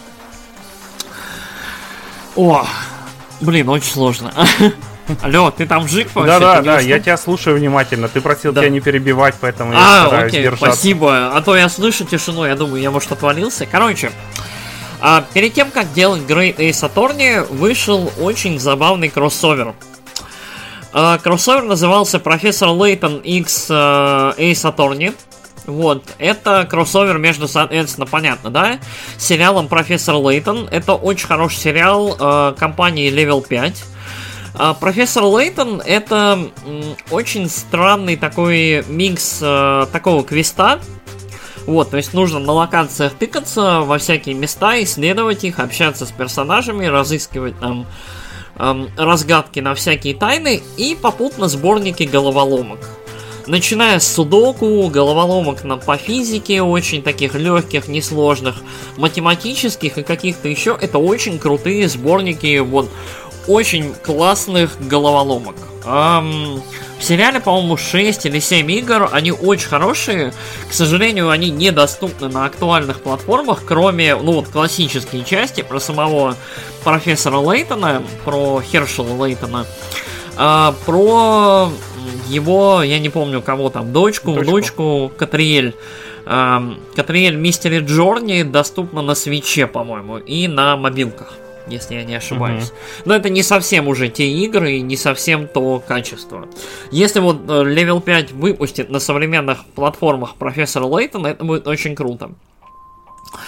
о, блин, очень сложно. Алло, ты там жив вообще? Да, да, да, я тебя слушаю внимательно. Ты просил да. тебя не перебивать, поэтому я а, стараюсь окей, держаться. Спасибо. А то я слышу тишину, я думаю, я может отвалился. Короче, а, перед тем, как делать Great Ace Attorney, вышел очень забавный кроссовер. Uh, кроссовер назывался Профессор Лейтон X uh, Ace Attorney. Вот, это кроссовер между, соответственно, понятно, да, сериалом Профессор Лейтон. Это очень хороший сериал uh, компании Level пять. Uh, Профессор Лейтон это м, очень странный такой микс uh, такого квеста. Вот, то есть нужно на локациях тыкаться во всякие места, исследовать их, общаться с персонажами, разыскивать там эм, разгадки на всякие тайны и попутно сборники головоломок. Начиная с судоку, головоломок на, по физике, очень таких легких, несложных, математических и каких-то еще. Это очень крутые сборники вот очень классных головоломок. Эм, в сериале, по-моему, шесть или семь игр, они очень хорошие. К сожалению, они недоступны на актуальных платформах, кроме, ну вот, классические части про самого профессора Лейтона, про Хершела Лейтона, э, про его, я не помню кого там, дочку, дочку, дочку Катриэль. Э, Катриэль Мистери Джорни доступна на Свитче, по-моему, и на мобилках, если я не ошибаюсь. Mm-hmm. Но это не совсем уже те игры и не совсем то качество. Если вот Level пять выпустит на современных платформах профессора Лейтона, это будет очень круто.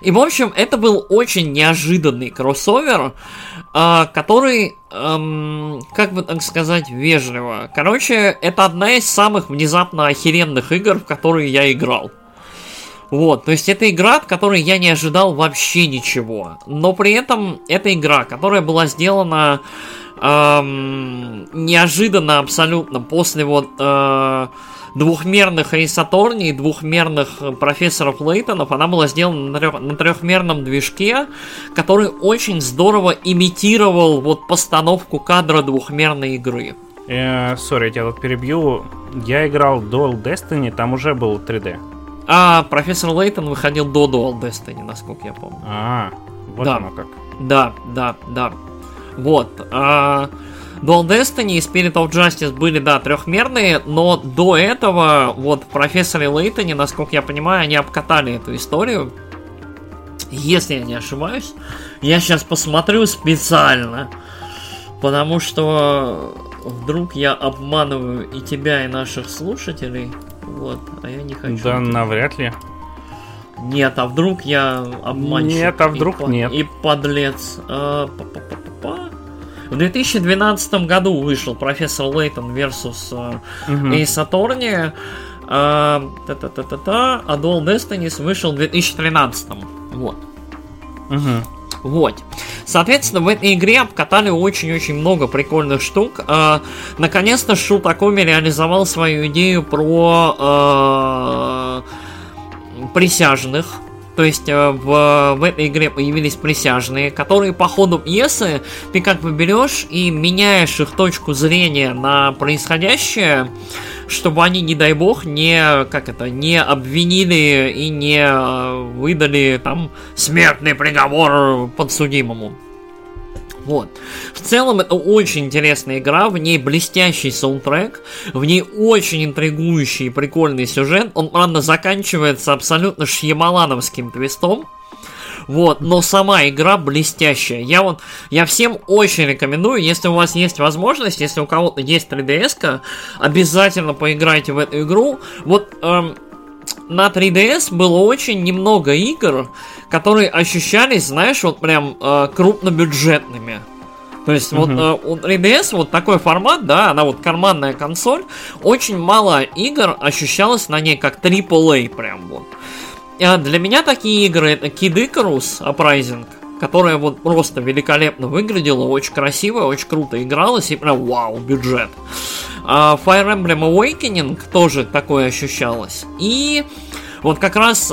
И, в общем, это был очень неожиданный кроссовер, э, который, эм, как бы так сказать, вежливо. Короче, это одна из самых внезапно охеренных игр, в которые я играл. Вот, то есть это игра, от которой я не ожидал вообще ничего. Но при этом это игра, которая была сделана эм, неожиданно абсолютно после вот э, двухмерных Эйс Аторни и двухмерных профессоров Лейтонов. Она была сделана на, трех, на трехмерном движке, который очень здорово имитировал вот постановку кадра двухмерной игры. Сори, я тебя тут перебью. Я играл Dual Destiny, там уже был три дэ. А профессор Лейтон выходил до Dual Destiny, насколько я помню. А, вот да. оно как. Да, да, да. Вот. А, Dual Destiny и Spirit of Justice были, да, трехмерные, но до этого, вот в профессоре Лейтоне, насколько я понимаю, они обкатали эту историю. Если я не ошибаюсь. Я сейчас посмотрю специально. Потому что вдруг я обманываю и тебя, и наших слушателей. Вот, а я не хочу. Да, навряд ли. Нет, а вдруг я обманщик? Нет, а вдруг и, нет. И подлец. А, в две тысячи двенадцатом году вышел профессор Лейтон versus Эйс Аторни. А, та-та-та-та-та, а Dual Destiny вышел в две тысячи тринадцатом. Вот. Угу. Вот. Соответственно, в этой игре обкатали очень-очень много прикольных штук. А, наконец-то Сhu Takumi реализовал свою идею про а, присяжных. То есть в, в этой игре появились присяжные, которые по ходу пьесы ты как бы берешь и меняешь их точку зрения на происходящее, чтобы они, не дай бог, не, как это, не обвинили и не выдали там смертный приговор подсудимому. Вот. В целом это очень интересная игра, в ней блестящий саундтрек, в ней очень интригующий и прикольный сюжет. Он, правда, заканчивается абсолютно шьямалановским твистом. Вот, но сама игра блестящая. Я вот, я всем очень рекомендую, если у вас есть возможность, если у кого-то есть три ди эс-ка, обязательно поиграйте в эту игру. Вот, эм, на три ди эс было очень немного игр, которые ощущались, знаешь, вот прям э, крупнобюджетными. То есть mm-hmm. вот э, у три ди эс вот такой формат, да, она вот карманная консоль, очень мало игр ощущалось на ней как трипл эй прям вот. А для меня такие игры это Kid Icarus Uprising, которая вот просто великолепно выглядела, очень красиво, очень круто игралась и прям вау, бюджет. А Fire Emblem Awakening тоже такое ощущалось. И вот как раз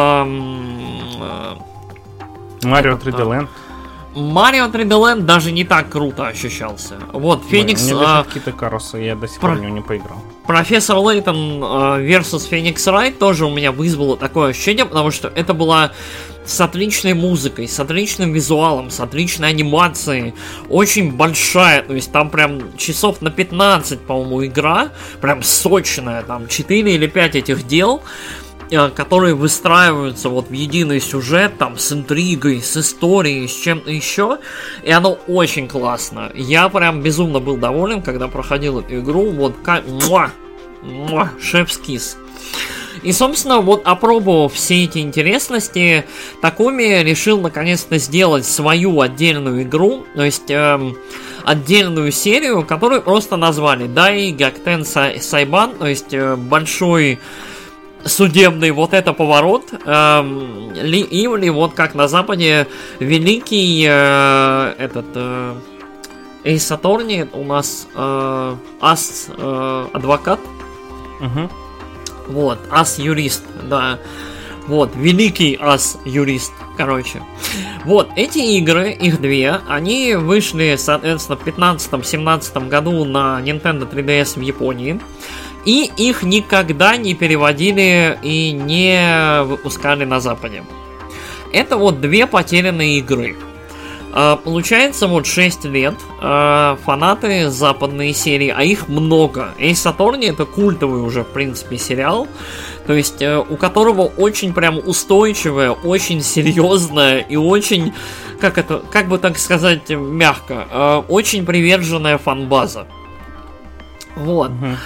Mario три ди Land. Mario три ди Land даже не так круто ощущался. Вот, Феникс... Мне даже какие-то Карусы, я до сих пор в него не поиграл. Профессор Лейтон versus Phoenix Wright тоже у меня вызвало такое ощущение, потому что это была с отличной музыкой, с отличным визуалом, с отличной анимацией, очень большая, то есть там прям часов на пятнадцать, по-моему, игра, прям сочная, там четыре или пять этих дел, которые выстраиваются вот в единый сюжет, там, с интригой, с историей, с чем-то еще, и оно очень классно. Я прям безумно был доволен, когда проходил эту игру, вот как... Муа! Муа! Шеф's kiss. И, собственно, вот опробовав все эти интересности, Такуми решил наконец-то сделать свою отдельную игру, то есть эм, отдельную серию, которую просто назвали Dai Gyakuten Saiban, то есть э, большой судебный вот это поворот, эм, ли, или вот как на Западе великий э, этот э, Эйс Аторни у нас э, ас э, адвокат. Угу. Вот, ас-юрист, да. Вот, великий ас-юрист, короче. Вот, эти игры, их две, они вышли, соответственно, в пятнадцатом-семнадцатом году на Nintendo три ди эс в Японии. И их никогда не переводили и не выпускали на Западе. Это вот две потерянные игры. Получается, вот шесть лет фанаты западной серии, а их много. Эйс Аторни это культовый уже, в принципе, сериал, то есть у которого очень прям устойчивая, очень серьезная и очень, как это, как бы так сказать мягко, очень приверженная фан-база. Вот.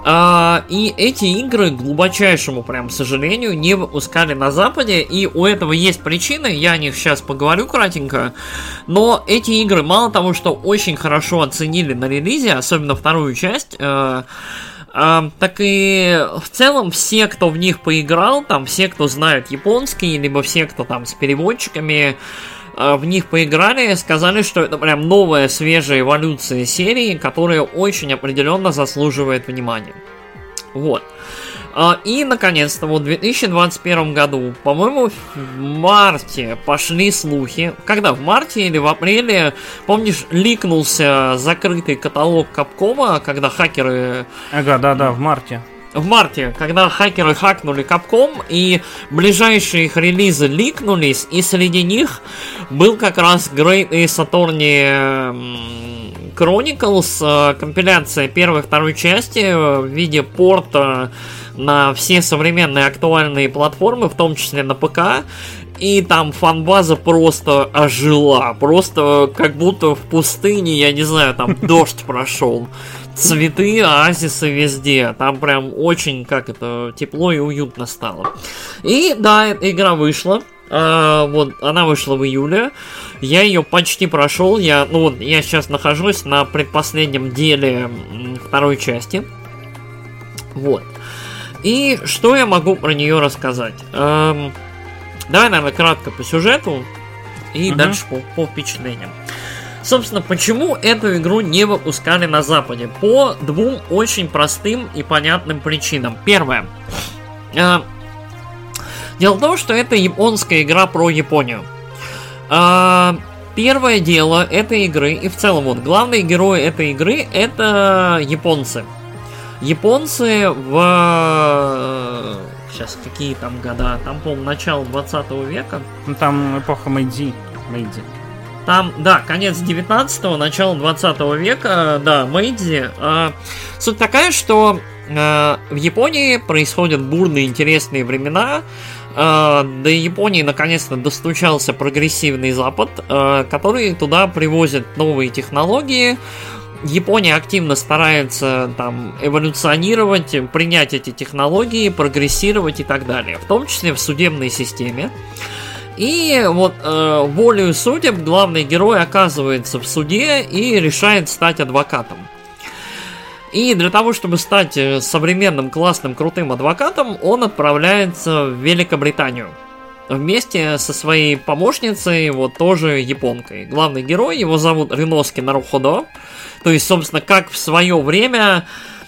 А, и эти игры, к глубочайшему прям сожалению, не выпускали на Западе, и у этого есть причины, я о них сейчас поговорю кратенько, но эти игры мало того, что очень хорошо оценили на релизе, особенно вторую часть, э, э, так и в целом все, кто в них поиграл, там все, кто знают японский, либо все, кто там с переводчиками, в них поиграли, сказали, что это прям новая, свежая эволюция серии, которая очень определенно заслуживает внимания. Вот. И, наконец-то, вот в две тысячи двадцать первом году, по-моему, в марте пошли слухи. Когда? В марте или в апреле, помнишь, ликнулся закрытый каталог Капкома, когда хакеры... Ага, да-да, в марте. В марте, когда хакеры хакнули Capcom, и ближайшие их релизы ликнулись, и среди них был как раз Great Ace Attorney Chronicles, компиляция первой и второй части в виде порта на все современные актуальные платформы, в том числе на ПК. И там фан-база просто ожила. Просто как будто в пустыне, я не знаю, там дождь прошел. Цветы, оазисы везде. Там прям очень, как это, тепло и уютно стало. И да, эта игра вышла. А, вот, она вышла в июле. Я ее почти прошел. Я, ну вот, я сейчас нахожусь на предпоследнем деле второй части. Вот. И что я могу про нее рассказать? Эм, давай, наверное, кратко по сюжету и uh-huh. дальше по, по впечатлениям. Собственно, почему эту игру не выпускали на Западе? По двум очень простым и понятным причинам. Первое. Э, дело в том, что это японская игра про Японию. Э, первое дело этой игры, и в целом вот главные герои этой игры, это японцы. Японцы в... Сейчас, какие там года? Там, по-моему, начало двадцатого века. Ну, там эпоха Мэйдзи. Мэйдзи. Там, да, конец девятнадцатого, начало двадцатого века, да, Мэйдзи. А, суть такая, что а, в Японии происходят бурные, интересные времена. А, до Японии наконец-то достучался прогрессивный Запад, а, который туда привозит новые технологии. Япония активно старается там эволюционировать, принять эти технологии, прогрессировать и так далее, в том числе в судебной системе. И вот э, волею судеб главный герой оказывается в суде и решает стать адвокатом. И для того, чтобы стать современным, классным, крутым адвокатом, он отправляется в Великобританию. Вместе со своей помощницей, вот тоже японкой. Главный герой, его зовут Риноски Наруходо. То есть, собственно, как в свое время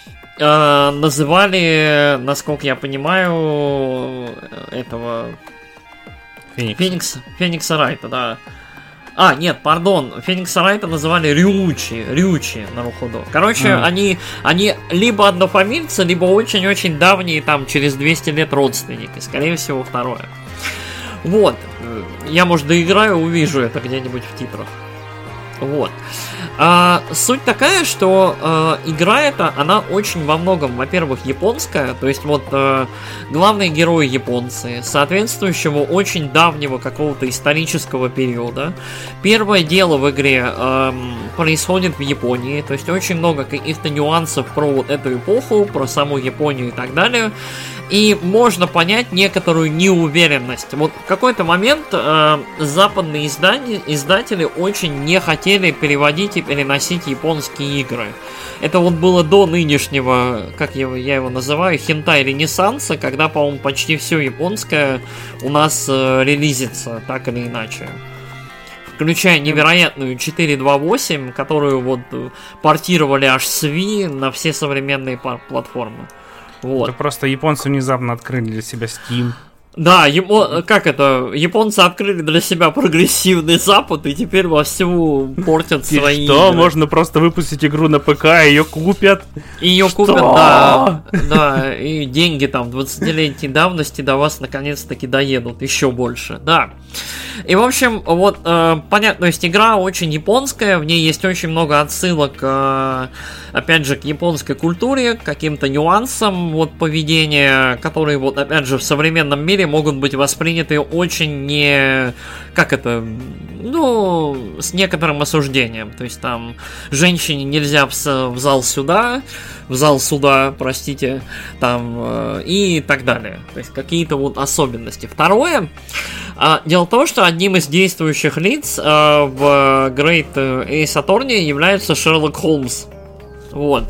э, называли, насколько я понимаю, этого... Феникс. Феникс, Феникса Райта, да. А, нет, пардон, Феникса Райта называли Рюучи, Рюучи Наруходо. Короче, mm. они, они либо однофамильцы, либо очень-очень давние, там, через двести лет родственники. Скорее всего, второе. Вот. Я, может, доиграю, увижу это где-нибудь в титрах. Вот. А, суть такая, что а, игра эта, она очень во многом, во-первых, японская, то есть вот а, главные герои японцы, соответствующего очень давнего какого-то исторического периода. Первое дело в игре а, происходит в Японии, то есть очень много каких-то нюансов про вот эту эпоху, про саму Японию и так далее. И можно понять некоторую неуверенность. Вот в какой-то момент э, западные издания, издатели очень не хотели переводить и переносить японские игры. Это вот было до нынешнего, как я, я его называю, хентай-ренессанса, когда, по-моему, почти все японское у нас э, релизится, так или иначе. Включая невероятную четыре два восемь, которую вот портировали аж с Wii на все современные платформы. Вот. Это просто японцы внезапно открыли для себя Steam. Да, япо... как это? Японцы открыли для себя прогрессивный Запад и теперь вовсю портят и свои что? игры. Можно просто выпустить игру на ПК, ее купят? Ее купят, да. Да, и деньги там двадцатилетней давности до вас наконец-таки доедут еще больше, да. И, в общем, вот, э, понятно, то есть игра очень японская, в ней есть очень много отсылок, э, опять же, к японской культуре, к каким-то нюансам, вот, поведения, которые, вот, опять же, в современном мире мире могут быть восприняты очень не... Как это? Ну, с некоторым осуждением. То есть там женщине нельзя в, в зал суда, в зал суда, простите, там э, и так далее. То есть какие-то вот особенности. Второе. Э, дело в том, что одним из действующих лиц э, в Great Ace Attorney является Шерлок Холмс. Вот.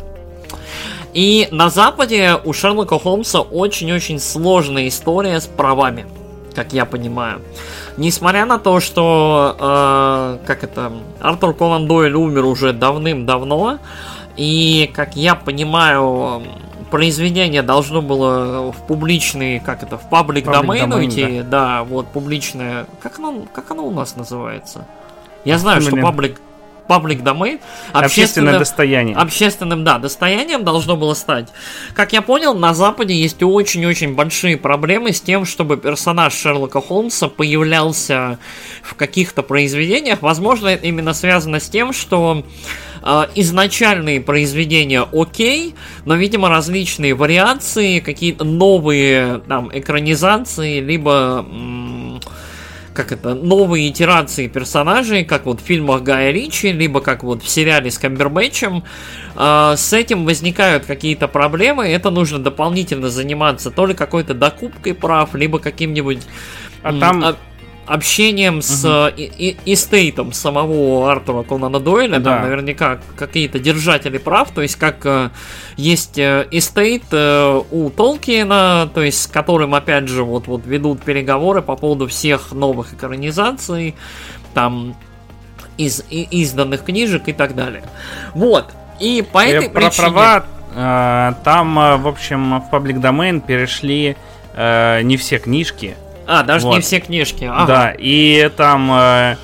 И на Западе у Шерлока Холмса очень-очень сложная история с правами, как я понимаю. Несмотря на то, что э, как это, Артур Конан Дойль умер уже давным-давно, и, как я понимаю, произведение должно было в публичный, как это, в паблик домен уйти, да. да, вот публичное, как оно, как оно у нас называется? Я знаю, Блин. что паблик Public domain, общественное достояние. Общественным, да, достоянием должно было стать. Как я понял, на Западе есть очень-очень большие проблемы с тем, чтобы персонаж Шерлока Холмса появлялся в каких-то произведениях. Возможно, это именно связано с тем, что э, изначальные произведения окей, но, видимо, различные вариации, какие-то новые там экранизации, либо... М- как это, новые итерации персонажей, как вот в фильмах Гая Ричи, либо как вот в сериале с Камбербэтчем, э, с этим возникают какие-то проблемы, это нужно дополнительно заниматься то ли какой-то докупкой прав, либо каким-нибудь а м- там... об- общением с uh-huh. и- и- эстейтом самого Артура Конана Дойля, да. Там наверняка какие-то держатели прав, то есть как э, есть эстейт э, у Толкиена, то есть с которым опять же вот, вот ведут переговоры по поводу всех новых экранизаций, там из и, изданных книжек и так далее. Вот. И по этой Про причине... права э, там, э, в общем, в Public Domain перешли э, не все книжки. А, даже вот. не все книжки. Ага. Да, и там, э,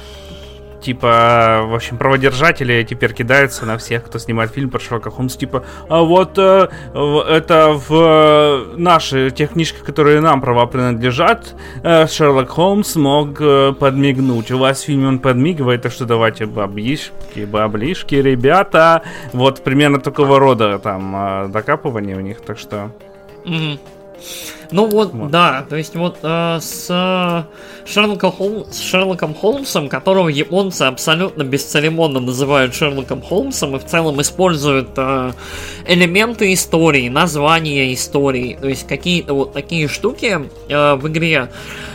типа, в общем, праводержатели теперь кидаются на всех, кто снимает фильм про Шерлока Холмса, типа, а вот э, это в э, наши, те книжки, которые нам права принадлежат, э, Шерлок Холмс мог э, подмигнуть. У вас в фильме он подмигивает, так что давайте баблишки, баблишки, ребята. Вот примерно такого рода там э, докапывание у них, так что... Mm-hmm. Ну вот, вот, да, то есть вот э, с, э, Шерлоком Холм, с Шерлоком Холмсом, которого японцы абсолютно бесцеремонно называют Шерлоком Холмсом и в целом используют э, элементы истории, названия истории, то есть какие-то вот такие штуки э, в игре,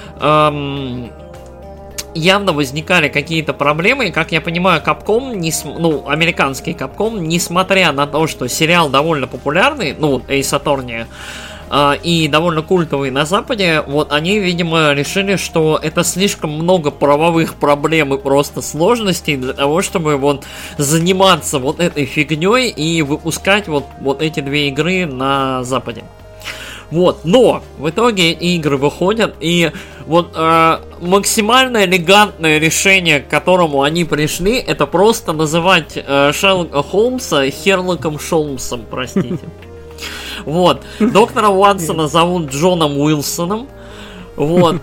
э, явно возникали какие-то проблемы, и, как я понимаю, Capcom, не см... ну, американский Capcom, несмотря на то, что сериал довольно популярный, ну, Ace Attorney, и довольно культовый на Западе, вот они, видимо, решили, что это слишком много правовых проблем и просто сложностей для того, чтобы вот заниматься вот этой фигней и выпускать вот, вот эти две игры на Западе. Вот, но в итоге игры выходят, и вот э, максимально элегантное решение, к которому они пришли, это просто называть э, Шерлока Холмса Херлоком Шолмсом, простите. Вот. Доктора Уотсона зовут Джоном Уилсоном. Вот.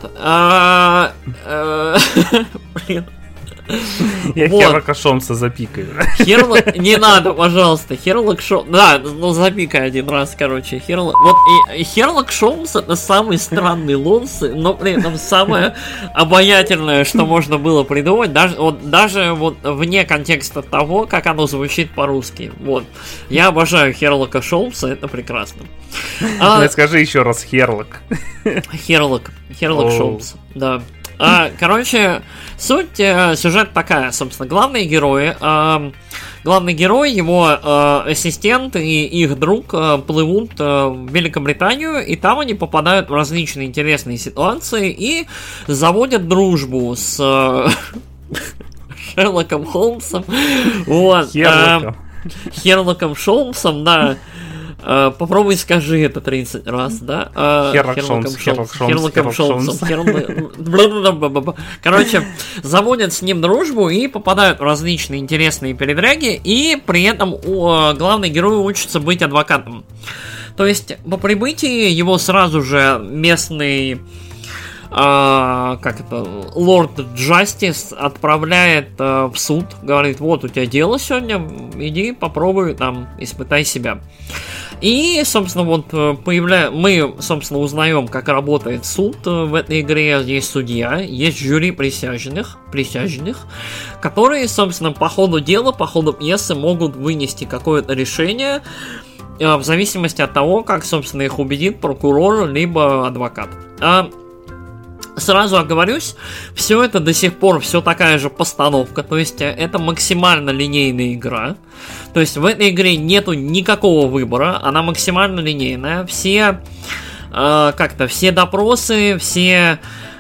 Блин. Я вот. Херлока Шолмса запикаю. Херлок... Не надо, пожалуйста. Херлок Шолмс... Да, ну запикай один раз, короче. Херлок... Вот и Херлок Шолмс — это самый странный лонс, но при этом самое обаятельное, что можно было придумать, даже вот, даже вот вне контекста того, как оно звучит по-русски. Вот. Я обожаю Херлока Шолмса, это прекрасно. А... Скажи еще раз Херлок. Херлок. Херлок Шолмс, да. А, короче, суть, э, сюжет такая, собственно, главные герои, э, главный герой, его э, ассистент и их друг э, плывут э, в Великобританию, и там они попадают в различные интересные ситуации и заводят дружбу с э, Шерлоком Холмсом, вот, Херлоком. э, Херлоком Шолмсом, да. Uh, попробуй скажи это тридцать раз, да? Uh, Херлоком Шолмсом. Короче, заводят с ним дружбу и попадают в различные интересные передряги, и при этом uh, главный герой учится быть адвокатом. То есть, по прибытии его сразу же местный а, как это, Лорд Джастис отправляет а, в суд, говорит, вот у тебя дело сегодня, иди попробуй там, испытай себя. И, собственно, вот появля... мы, собственно, узнаем, как работает суд в этой игре. Есть судья, есть жюри присяжных, присяжных, которые, собственно, по ходу дела, по ходу пьесы могут вынести какое-то решение в зависимости от того, как, собственно, их убедит прокурор либо адвокат. А сразу оговорюсь, все это до сих пор все такая же постановка, то есть это максимально линейная игра. То есть в этой игре нету никакого выбора, она максимально линейная. Все э, как-то все допросы, все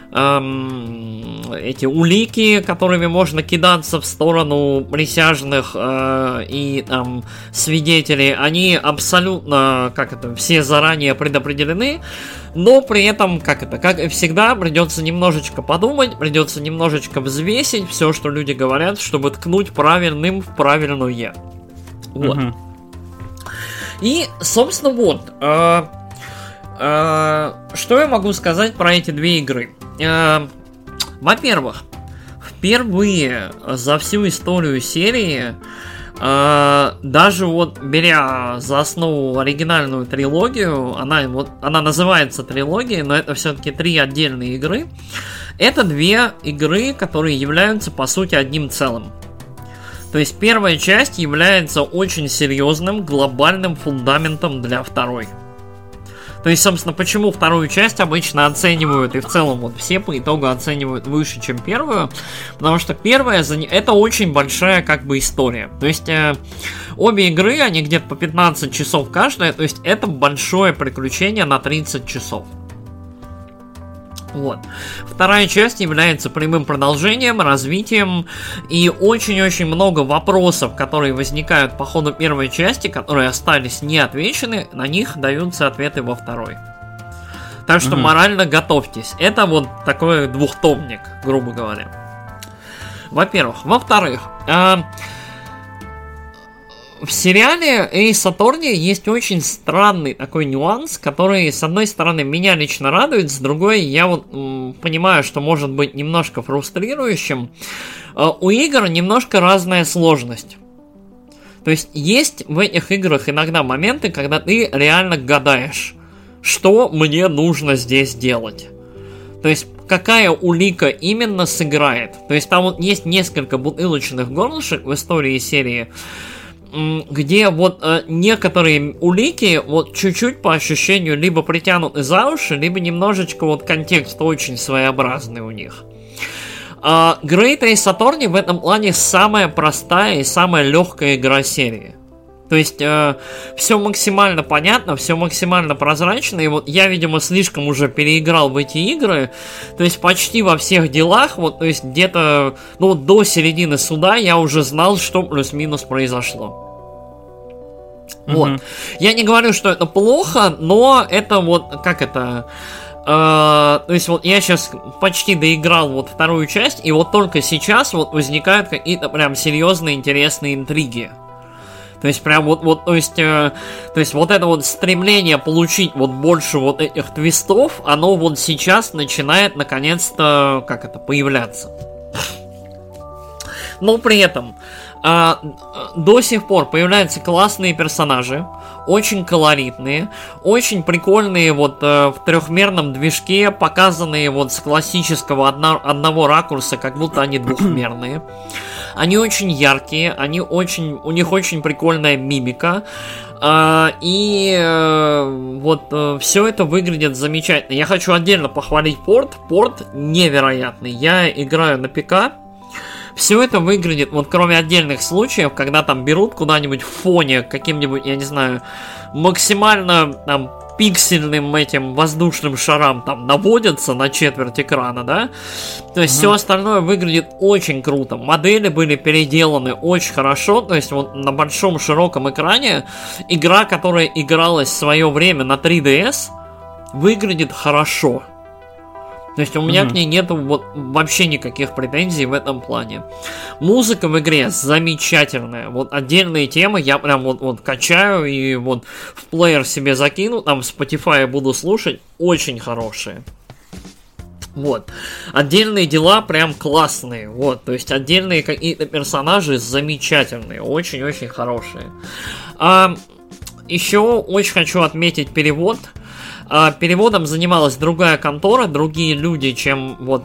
э, эти улики, которыми можно кидаться в сторону присяжных э, и там свидетелей, они абсолютно, как это, все заранее предопределены. Но при этом, как это, как и всегда, придется немножечко подумать, придется немножечко взвесить все, что люди говорят, чтобы ткнуть правильным в правильное. Вот. Uh-huh. И, собственно, вот. Э, э, что я могу сказать про эти две игры? Э, во-первых, впервые за всю историю серии, э, даже вот беря за основу оригинальную трилогию, она, вот, она называется трилогией, но это все-таки три отдельные игры. Это две игры, которые являются, по сути, одним целым. То есть первая часть является очень серьезным глобальным фундаментом для второй. То есть, собственно, почему вторую часть обычно оценивают, и в целом вот все по итогу оценивают выше, чем первую, потому что первая, это очень большая как бы история. То есть э, обе игры, они где-то по пятнадцать часов каждая, то есть это большое приключение на тридцать часов. Вот. Вторая часть является прямым продолжением, развитием, и очень-очень много вопросов, которые возникают по ходу первой части, которые остались неотвечены, на них даются ответы во второй. Так что угу. морально готовьтесь. Это вот такой двухтомник, грубо говоря. Во-первых. Во-вторых, э- в сериале Ace Attorney есть очень странный такой нюанс, который, с одной стороны, меня лично радует, с другой, я вот м, понимаю, что может быть немножко фрустрирующим. Э, у игр немножко разная сложность. То есть, есть в этих играх иногда моменты, когда ты реально гадаешь, что мне нужно здесь делать. То есть, какая улика именно сыграет. То есть, там вот есть несколько бутылочных горлышек в истории серии, где вот э, некоторые улики вот чуть-чуть по ощущению либо притянуты за уши, либо немножечко вот контекст очень своеобразный у них. Uh, Great Ace Attorney в этом плане самая простая и самая легкая игра серии. То есть э, все максимально понятно, все максимально прозрачно. И вот я, видимо, слишком уже переиграл в эти игры. То есть почти во всех делах, вот, то есть где-то, ну, вот до середины суда я уже знал, что плюс-минус произошло. Mm-hmm. Вот. Я не говорю, что это плохо, но это вот, как это... Uh, то есть вот я сейчас почти доиграл вот вторую часть, и вот только сейчас вот возникают какие-то прям серьезные интересные интриги. То есть прям вот, вот то есть, э, то есть вот это вот стремление получить вот больше вот этих твистов, оно вот сейчас начинает наконец-то, как это, появляться. Но при этом э, до сих пор появляются классные персонажи, очень колоритные, очень прикольные вот э, в трехмерном движке, показанные вот с классического одно, одного ракурса, как будто они двухмерные. Они очень яркие, они очень, у них очень прикольная мимика. Uh, и uh, вот uh, все это выглядит замечательно. Я хочу отдельно похвалить порт. Порт невероятный. Я играю на ПК. Все это выглядит, вот кроме отдельных случаев, когда там берут куда-нибудь в фоне каким-нибудь, я не знаю, максимально там пиксельным этим воздушным шарам там наводятся на четверть экрана, да? То есть mm-hmm. все остальное выглядит очень круто. Модели были переделаны очень хорошо. То есть вот на большом широком экране игра, которая игралась в свое время на три ди эс, выглядит хорошо. То есть у меня mm-hmm. к ней нету вот вообще никаких претензий в этом плане. Музыка в игре замечательная. Вот отдельные темы я прям вот, вот качаю и вот в плеер себе закину, там в Spotify буду слушать. Очень хорошие. Вот. Отдельные дела прям классные. Вот. То есть отдельные какие-то персонажи замечательные. Очень-очень хорошие. А, еще очень хочу отметить перевод. А, переводом занималась другая контора, другие люди, чем вот...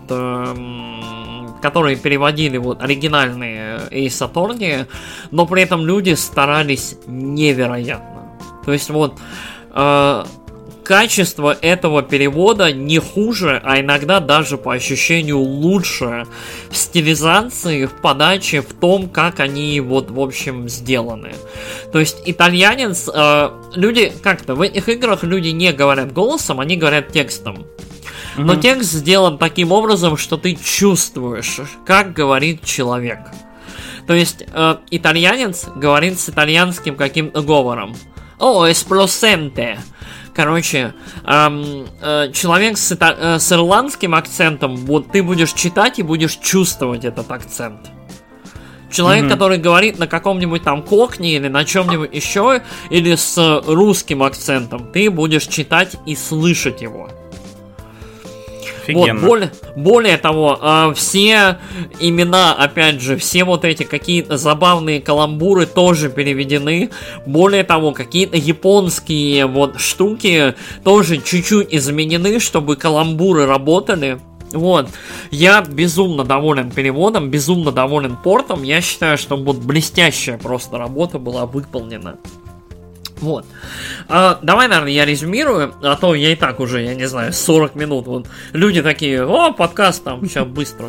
Э, которые переводили вот оригинальные Ace Attorney, но при этом люди старались невероятно. То есть вот... Э, качество этого перевода не хуже, а иногда даже по ощущению лучше в стилизации, в подаче, в том, как они вот в общем сделаны. То есть итальянец, э, люди как-то в этих играх люди не говорят голосом, они говорят текстом. Но mm-hmm. текст сделан таким образом, что ты чувствуешь, как говорит человек. То есть э, итальянец говорит с итальянским каким-то говором. О, esplosente. Короче, эм, э, человек с, ита- э, с ирландским акцентом, вот ты будешь читать и будешь чувствовать этот акцент. Человек, mm-hmm. который говорит на каком-нибудь там кокне или на чем-нибудь еще, или с русским акцентом, ты будешь читать и слышать его. Вот, более, более того, э, все имена, опять же, все вот эти какие-то забавные каламбуры тоже переведены. Более того, какие-то японские вот штуки тоже чуть-чуть изменены, чтобы каламбуры работали. Вот. Я безумно доволен переводом, безумно доволен портом. Я считаю, что вот блестящая просто работа была выполнена. Вот. А, давай, наверное, я резюмирую, а то я и так уже, я не знаю, сорок минут. Вот. Люди такие, о, подкаст там, сейчас быстро.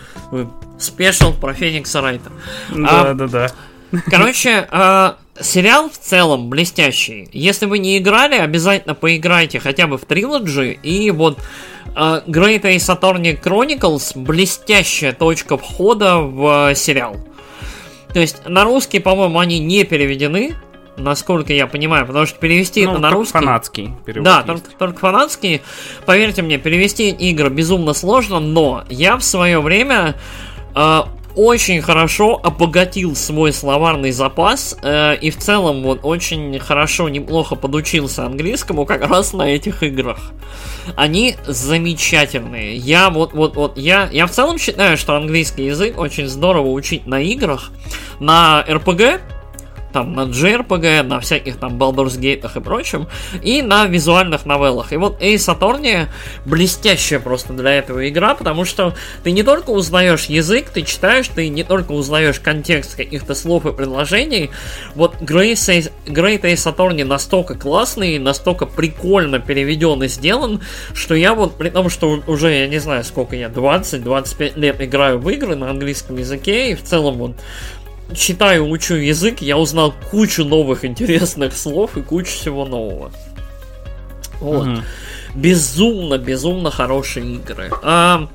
Спешл про Феникса Райта. Да, а, да, да. Короче, а, сериал в целом блестящий. Если вы не играли, обязательно поиграйте хотя бы в Trilogy. И вот а, Great Ace Attorney Chronicles блестящая точка входа в сериал. То есть на русский, по-моему, они не переведены. Насколько я понимаю, потому что перевести ну, это на русский... фанатский перевод. Да, только, только фанатский. Поверьте мне, перевести игры безумно сложно, но я в свое время э, очень хорошо обогатил свой словарный запас э, и в целом вот очень хорошо, неплохо подучился английскому как раз на этих играх. Они замечательные. Я вот, вот, вот, я, я в целом считаю, что английский язык очень здорово учить на играх, на эр пи джи, там на джей ар пи джи, на всяких там Baldur's Gate и прочем, и на визуальных новеллах. И вот Ace Attorney блестящая просто для этого игра, потому что ты не только узнаешь язык, ты читаешь, ты не только узнаешь контекст каких-то слов и предложений. Вот Great Ace, Great Ace Attorney настолько классный, настолько прикольно переведен и сделан, что я вот, при том, что уже, я не знаю, сколько я, двадцать-двадцать пять лет играю в игры на английском языке, и в целом вот читаю, учу язык, я узнал кучу новых интересных слов и кучу всего нового. Вот. Mm-hmm. Безумно, безумно хорошие игры. А,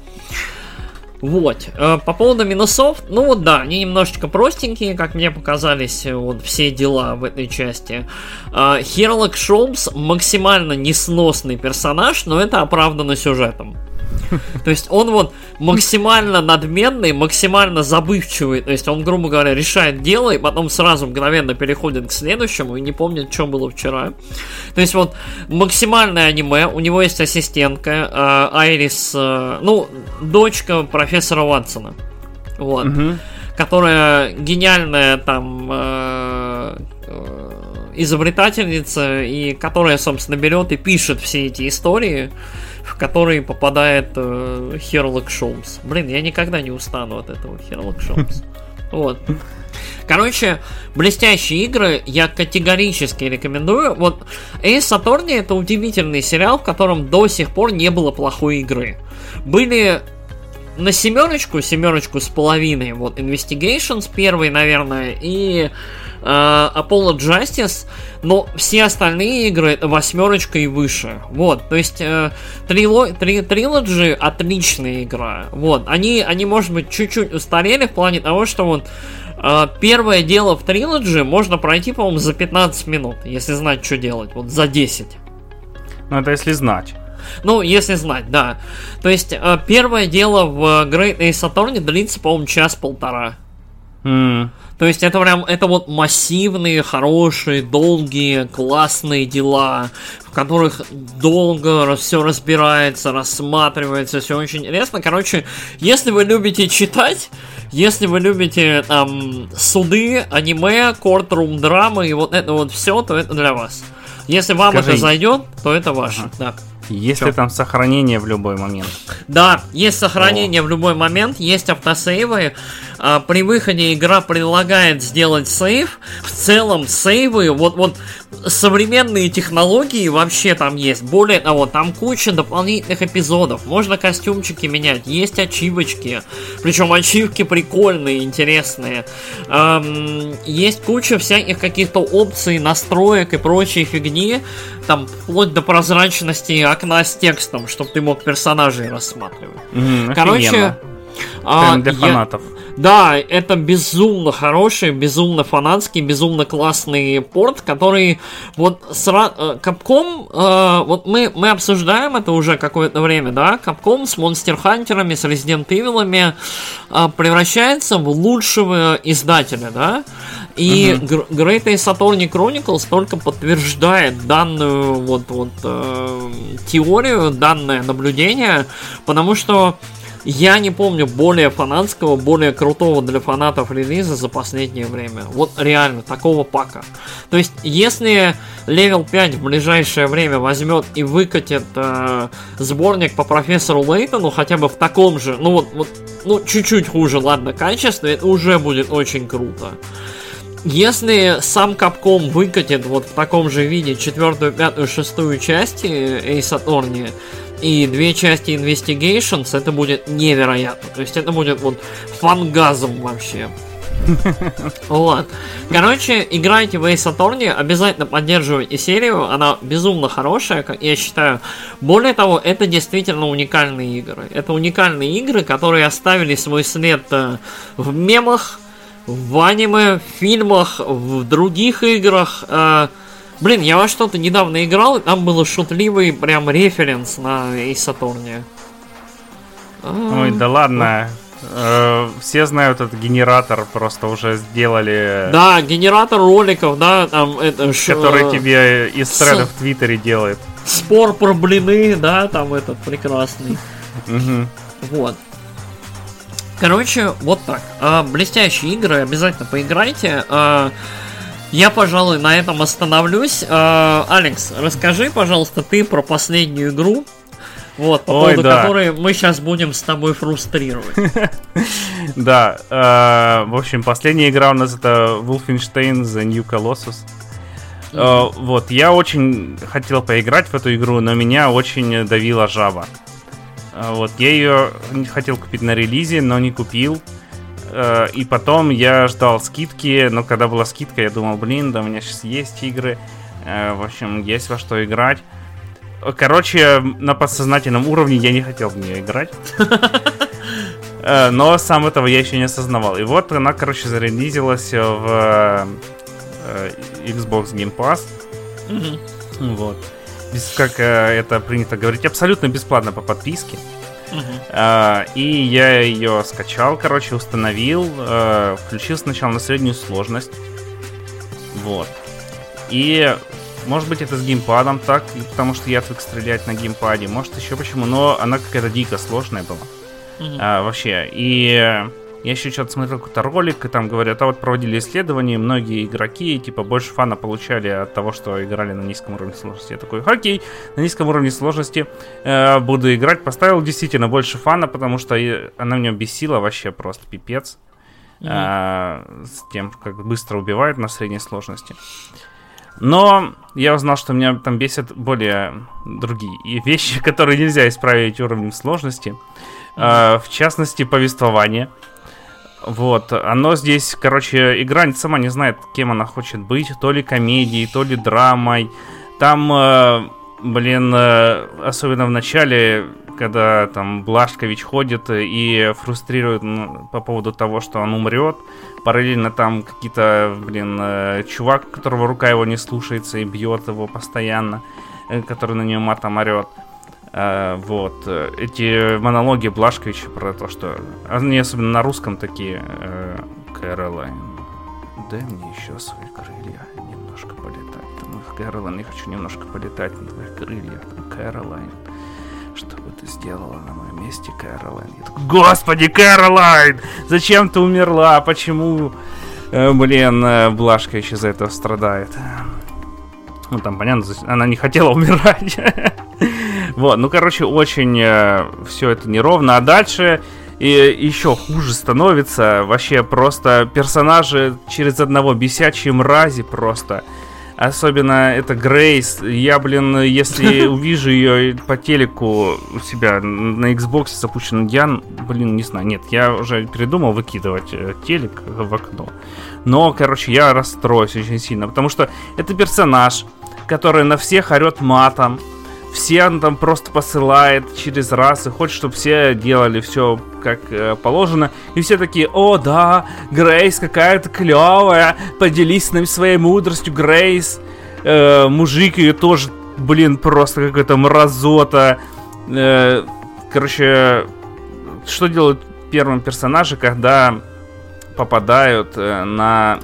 вот. А, по поводу минусов, ну вот да, они немножечко простенькие, как мне показались вот все дела в этой части. А, Херлок Шолмс максимально несносный персонаж, но это оправдано сюжетом. То есть он вот максимально надменный, максимально забывчивый. То есть он, грубо говоря, решает дело и потом сразу мгновенно переходит к следующему и не помнит, что было вчера. То есть вот максимальное аниме. У него есть ассистентка э, Айрис, э, ну, дочка профессора Ватсона. Вот. Mm-hmm. Которая гениальная там э, э, изобретательница, и которая, собственно, берет и пишет все эти истории, в который попадает э, Херлок Шолмс. Блин, я никогда не устану от этого, Херлок Шолмс. Вот. Короче, блестящие игры я категорически рекомендую. Вот Ace Attorney — это удивительный сериал, в котором до сих пор не было плохой игры. Были на семерочку, семерочку с половиной, вот Investigations первый, наверное, и э, Apollo Justice, но все остальные игры восьмерочка и выше. Вот, то есть э, трило, три, Trilogy отличная игра. Вот, они, они, может быть, чуть-чуть устарели в плане того, что вот э, первое дело в Trilogy можно пройти, по-моему, за пятнадцать минут, если знать, что делать, вот за десять. Ну, это если знать. Ну, если знать, да. То есть, первое дело в Great Ace Attorney длится, по-моему, час-полтора. Mm. То есть это прям, это вот массивные, хорошие, долгие, классные дела, в которых долго все разбирается, рассматривается, все очень интересно. Короче, если вы любите читать, если вы любите там суды, аниме, кортрум, драмы и вот это вот все, то это для вас. Если вам Скажи... это зайдет, то это ваше, ага. да. Есть ли там сохранение в любой момент? Да, есть сохранение О. в любой момент, есть автосейвы. А, при выходе игра предлагает сделать сейв. В целом сейвы, вот, вот современные технологии вообще там есть. Более того, там куча дополнительных эпизодов. Можно костюмчики менять, есть ачивочки. Причем ачивки прикольные, интересные. Эм, есть куча всяких каких-то опций, настроек и прочей фигни. Там вплоть до прозрачности окна с текстом, чтобы ты мог персонажей рассматривать. Mm, Короче, а, для фанатов. Я... Да, это безумно хороший, безумно фанатский, безумно классный порт, который вот сра... Capcom, э, вот мы, мы обсуждаем это уже какое-то время, да, Capcom с Monster Hunter'ами, с Resident Evil'ами э, превращается в лучшего издателя, да, и uh-huh. Great Ace Attorney Chronicles только подтверждает данную вот, вот э, теорию, данное наблюдение, потому что я не помню более фанатского, более крутого для фанатов релиза за последнее время. Вот реально, такого пака. То есть, если Level пять в ближайшее время возьмет и выкатит э, сборник по профессору Лейтону, хотя бы в таком же, ну вот, вот, ну чуть-чуть хуже, ладно, качестве, это уже будет очень круто. Если сам Capcom выкатит вот в таком же виде четвертую, пятую, шестую части Ace Attorney и две части Investigations, это будет невероятно. То есть это будет вот фангазм вообще. Вот. Короче, играйте в Ace Attorney, обязательно поддерживайте серию, она безумно хорошая, как я считаю. Более того, это действительно уникальные игры. Это уникальные игры, которые оставили свой след в мемах, в аниме, в фильмах, в других играх. Блин, я во что-то недавно играл, и там был шутливый прям референс на Ace Attorney. Ой, да ладно. Э, все знают этот генератор, просто уже сделали. Да, генератор роликов, да, там это ш... который тебе из треда в Твиттере делает. Спор про блины, да, там этот прекрасный. Вот. Короче, вот так. А, блестящие игры, обязательно поиграйте. А, я, пожалуй, на этом остановлюсь. А, Алекс, расскажи, пожалуйста, ты про последнюю игру. Вот, по Ой, поводу да. которой мы сейчас будем с тобой фрустрировать. Да, в общем, последняя игра у нас это Wolfenstein The New Colossus. Вот, я очень хотел поиграть в эту игру, но меня очень давила Java. Вот, я ее хотел купить на релизе, но не купил. И потом я ждал скидки, но когда была скидка, я думал, блин, да у меня сейчас есть игры. В общем, есть во что играть. Короче, на подсознательном уровне я не хотел в нее играть. Но сам этого я еще не осознавал. И вот она, короче, зарелизилась в Xbox Game Pass. Вот. Как это принято говорить, абсолютно бесплатно по подписке. Uh-huh. И я ее скачал, короче, установил, включил сначала на среднюю сложность. Вот. И может быть это с геймпадом так, потому что я отвык стрелять на геймпаде, может еще почему, но она какая-то дико сложная была. Uh-huh. а, Вообще. И я еще что-то смотрел какой-то ролик, и там говорят, а вот проводили исследования, многие игроки, типа, больше фана получали от того, что играли на низком уровне сложности. Я такой, окей, на низком уровне сложности э, буду играть. Поставил действительно больше фана, потому что она меня бесила вообще просто пипец. Mm-hmm. э, С тем, как быстро убивает на средней сложности. Но я узнал, что меня там бесят более другие вещи, которые нельзя исправить уровнем сложности. Mm-hmm. э, В частности, повествование. Вот, оно здесь, короче, игра сама не знает, кем она хочет быть, то ли комедией, то ли драмой. Там, э, блин, э, особенно в начале, когда там Блашкович ходит и фрустрирует ну, по поводу того, что он умрет. Параллельно там какие-то, блин, э, чувак, у которого рука его не слушается и бьет его постоянно, э, который на нее матом орет. Uh, вот, эти монологи Блашковича про то, что они особенно на русском такие uh, Кэролайн, дай мне еще свои крылья, немножко полетать. Там, Кэролайн, я хочу немножко полетать на твоих крыльях. Кэролайн, что бы ты сделала на моем месте, Кэролайн? Я такой, господи, Кэролайн, зачем ты умерла? Почему, э, блин, э, Блажка еще из-за этого страдает? Ну, там, понятно, она не хотела умирать. Вот, ну, короче, очень э, все это неровно. А дальше и еще хуже становится. Вообще просто персонажи через одного бесячие мрази просто. Особенно это Грейс. Я, блин, если увижу ее по телеку у себя на Xbox запущенный, я, блин, не знаю. Нет, я уже передумал выкидывать телек в окно. Но, короче, я расстроюсь очень сильно. Потому что это персонаж, который на всех орет матом. Все там просто посылает через раз и хочет, чтобы все делали все как э, положено. И все такие, о да, Грейс какая-то клевая, поделись с нами своей мудростью, Грейс. Э, мужик ее тоже, блин, просто какая-то мразота. Э, короче, что делают первые персонажи, когда попадают э, на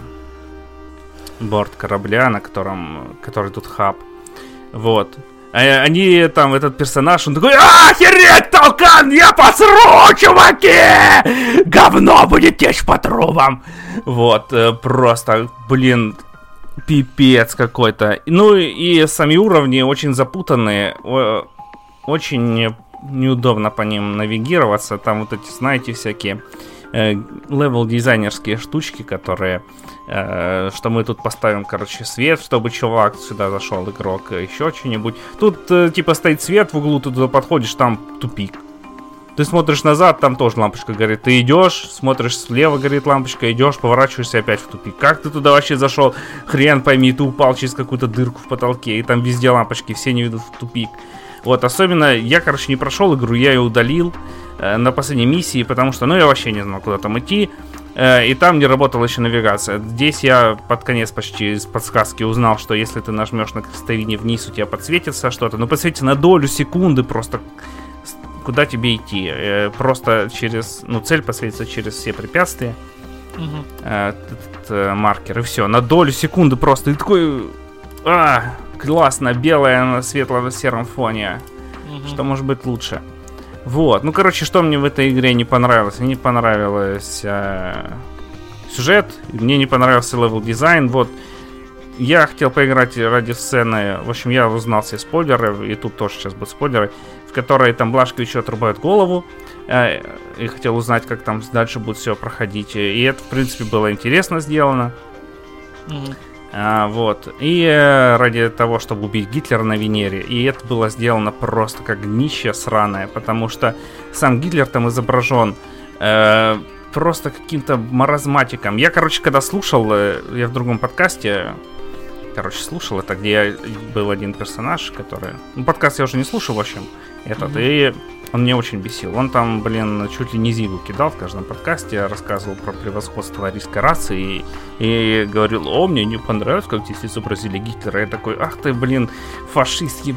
борт корабля, на котором, который тут хаб. Вот. Они там, этот персонаж, он такой, а, охереть, толкан, я посру, чуваки! Говно будет течь по трубам! Вот, просто, блин, пипец какой-то. Ну и сами уровни очень запутанные, очень неудобно по ним навигироваться. Там вот эти, знаете, всякие левел-дизайнерские штучки, которые... что мы тут поставим, короче, свет, чтобы чувак сюда зашел, игрок, еще что-нибудь. Тут, типа, стоит свет в углу, ты туда подходишь, там тупик. Ты смотришь назад, там тоже лампочка горит. Ты идешь, смотришь слева, горит лампочка, идешь, поворачиваешься опять в тупик. Как ты туда вообще зашел? Хрен пойми, ты упал через какую-то дырку в потолке, и там везде лампочки, все не ведут в тупик. Вот, особенно, я, короче, не прошел игру, я ее удалил э, на последней миссии, потому что, ну, я вообще не знал, куда там идти. И там не работала еще навигация. Здесь я под конец почти из подсказки узнал, что если ты нажмешь на крестовине вниз, у тебя подсветится что-то. Но подсветится на долю секунды просто, куда тебе идти. Просто через... Ну, цель подсветится через все препятствия. Угу. Этот маркер, и все. На долю секунды просто. И такой... А, классно, белое на светло-сером фоне. Угу. Что может быть лучше? Вот, ну, короче, что мне в этой игре не понравилось? Мне не понравилось э, сюжет, мне не понравился левел-дизайн, вот. Я хотел поиграть ради сцены, в общем, я узнал все спойлеры, и тут тоже сейчас будут спойлеры, в которой там Блажковичу отрубают голову, э, и хотел узнать, как там дальше будет все проходить, и это, в принципе, было интересно сделано. Mm-hmm. А, вот. И э, ради того, чтобы убить Гитлера на Венере. И это было сделано просто как днище сраное. Потому что сам Гитлер там изображен э, просто каким-то маразматиком. Я, короче, когда слушал, э, я в другом подкасте, короче, слушал это, где был один персонаж, который... Ну, подкаст я уже не слушал, в общем, этот. Mm-hmm. И он меня очень бесил. Он там, блин, чуть ли не зигу кидал в каждом подкасте, рассказывал про превосходство арийской расы и, и говорил, о, мне не понравилось, как здесь изобразили Гитлера. Я такой, ах ты, блин, фашист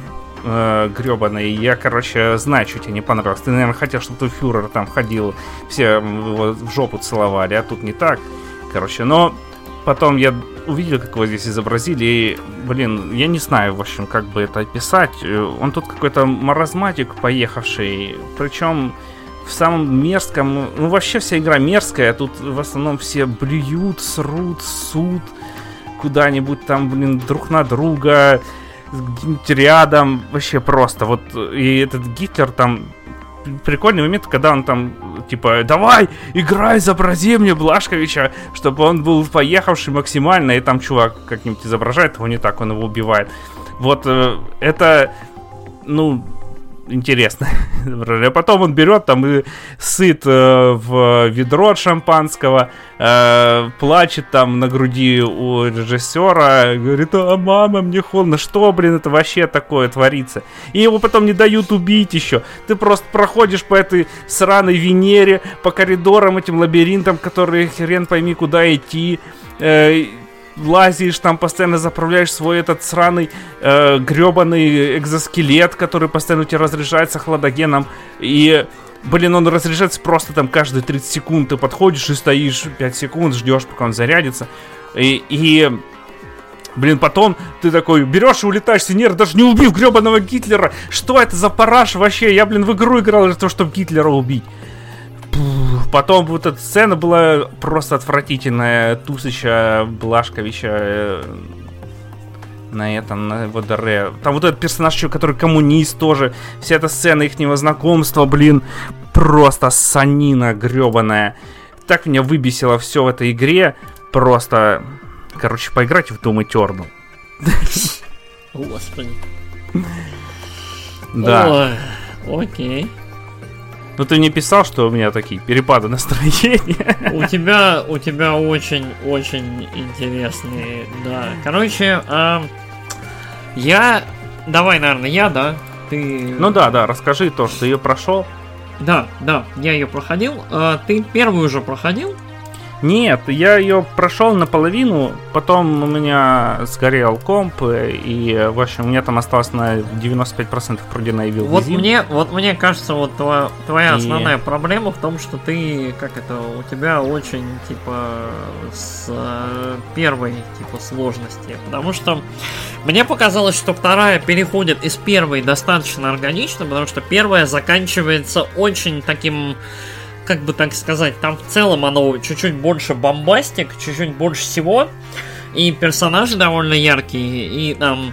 э, гребаный. Я, короче, знаю, что тебе не понравилось. Ты, наверное, хотел, чтобы твой фюрер там ходил, все его в жопу целовали, а тут не так. Короче, но потом я увидел, как его здесь изобразили, и, блин, я не знаю, в общем, как бы это описать. Он тут какой-то маразматик поехавший, причем в самом мерзком... Ну, вообще вся игра мерзкая, тут в основном все блюют, срут, ссут куда-нибудь там, блин, друг на друга, где-нибудь рядом, вообще просто. Вот, и этот Гитлер там... Прикольный момент, когда он там, типа, давай, играй, изобрази мне Блажковича, чтобы он был поехавший максимально, и там чувак как-нибудь изображает его не так, он его убивает. Вот э, это, ну, интересно. А потом он берет там и сыт э, в ведро от шампанского, э, плачет там на груди у режиссера, говорит, а мама, мне холодно. Что, блин, это вообще такое творится? И его потом не дают убить еще. Ты просто проходишь по этой сраной Венере, по коридорам, этим лабиринтам, которые хрен пойми куда идти, э, лазишь там, постоянно заправляешь свой этот сраный э, гребаный экзоскелет, который постоянно у тебя разряжается хладагеном. И блин, он разряжается просто там каждые тридцать секунд. Ты подходишь и стоишь пять секунд, ждешь, пока он зарядится. И, и блин, потом ты такой берешь и улетаешь с Венеры, даже не убив гребаного Гитлера. Что это за параш вообще? Я, блин, в игру играл для того, чтобы Гитлера убить. Потом вот эта сцена была просто отвратительная. Тусыча Блашковича на этом, на ВДР. Там вот этот персонаж, который коммунист тоже. Вся эта сцена ихнего знакомства, блин, просто санина гребаная. Так меня выбесило все в этой игре. Просто, короче, поиграть в Doom Eternal. Господи. Да. Ой, окей. Ну ты не писал, что у меня такие перепады настроения? У тебя, у тебя очень-очень интересные, да. Короче, а, я... Давай, наверное, я, да? Ты... Ну да, да, расскажи то, что ты ее прошел. Да, да, я ее проходил. А, ты первую уже проходил? Нет, я ее прошел наполовину, потом у меня сгорел комп, и, в общем, у меня там осталось на девяносто пять процентов пройденная Evil вот Within. мне, вот мне кажется, вот твоя, твоя и... основная проблема в том, что ты, как это, у тебя очень, типа, с э, первой, типа, сложности. Потому что мне показалось, что вторая переходит из первой достаточно органично, потому что первая заканчивается очень таким... Как бы так сказать, там в целом оно чуть-чуть больше бомбастик, чуть-чуть больше всего. И персонажи довольно яркие, и там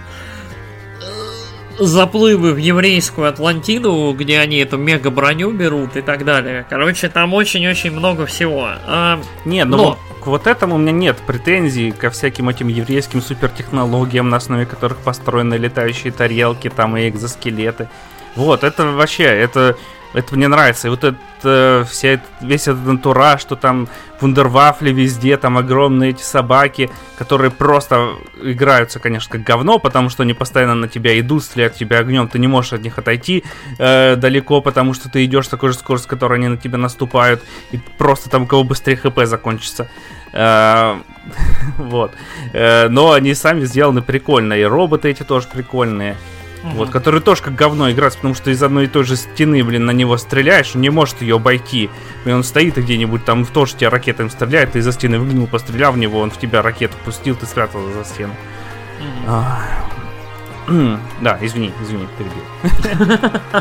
заплывы в еврейскую Атлантиду, где они эту мега-броню берут и так далее. Короче, там очень-очень много всего. А, нет, но, но... Вот, к вот этому у меня нет претензий ко всяким этим еврейским супертехнологиям, на основе которых построены летающие тарелки там и экзоскелеты. Вот, это вообще, это... Это мне нравится. И вот это, вся, весь этот антураж, что там вундервафли везде, там огромные эти собаки, которые просто играются, конечно, как говно, потому что они постоянно на тебя идут, стреляют в тебя огнем, ты не можешь от них отойти э, далеко, потому что ты идешь с такой же скоростью, с которой они на тебя наступают, и просто там у кого быстрее хп закончится. Э, вот. Э, но они сами сделаны прикольно, и роботы эти тоже прикольные. Вот, который тоже как говно играть, потому что из одной и той же стены, блин, на него стреляешь, он не может ее обойти. И он стоит где-нибудь там, тоже тебя ракетами стреляет, ты из-за стены выглянул, пострелял в него, он в тебя ракету пустил, ты спрятался за стену. Mm-hmm. Да, извини, извини, перебил.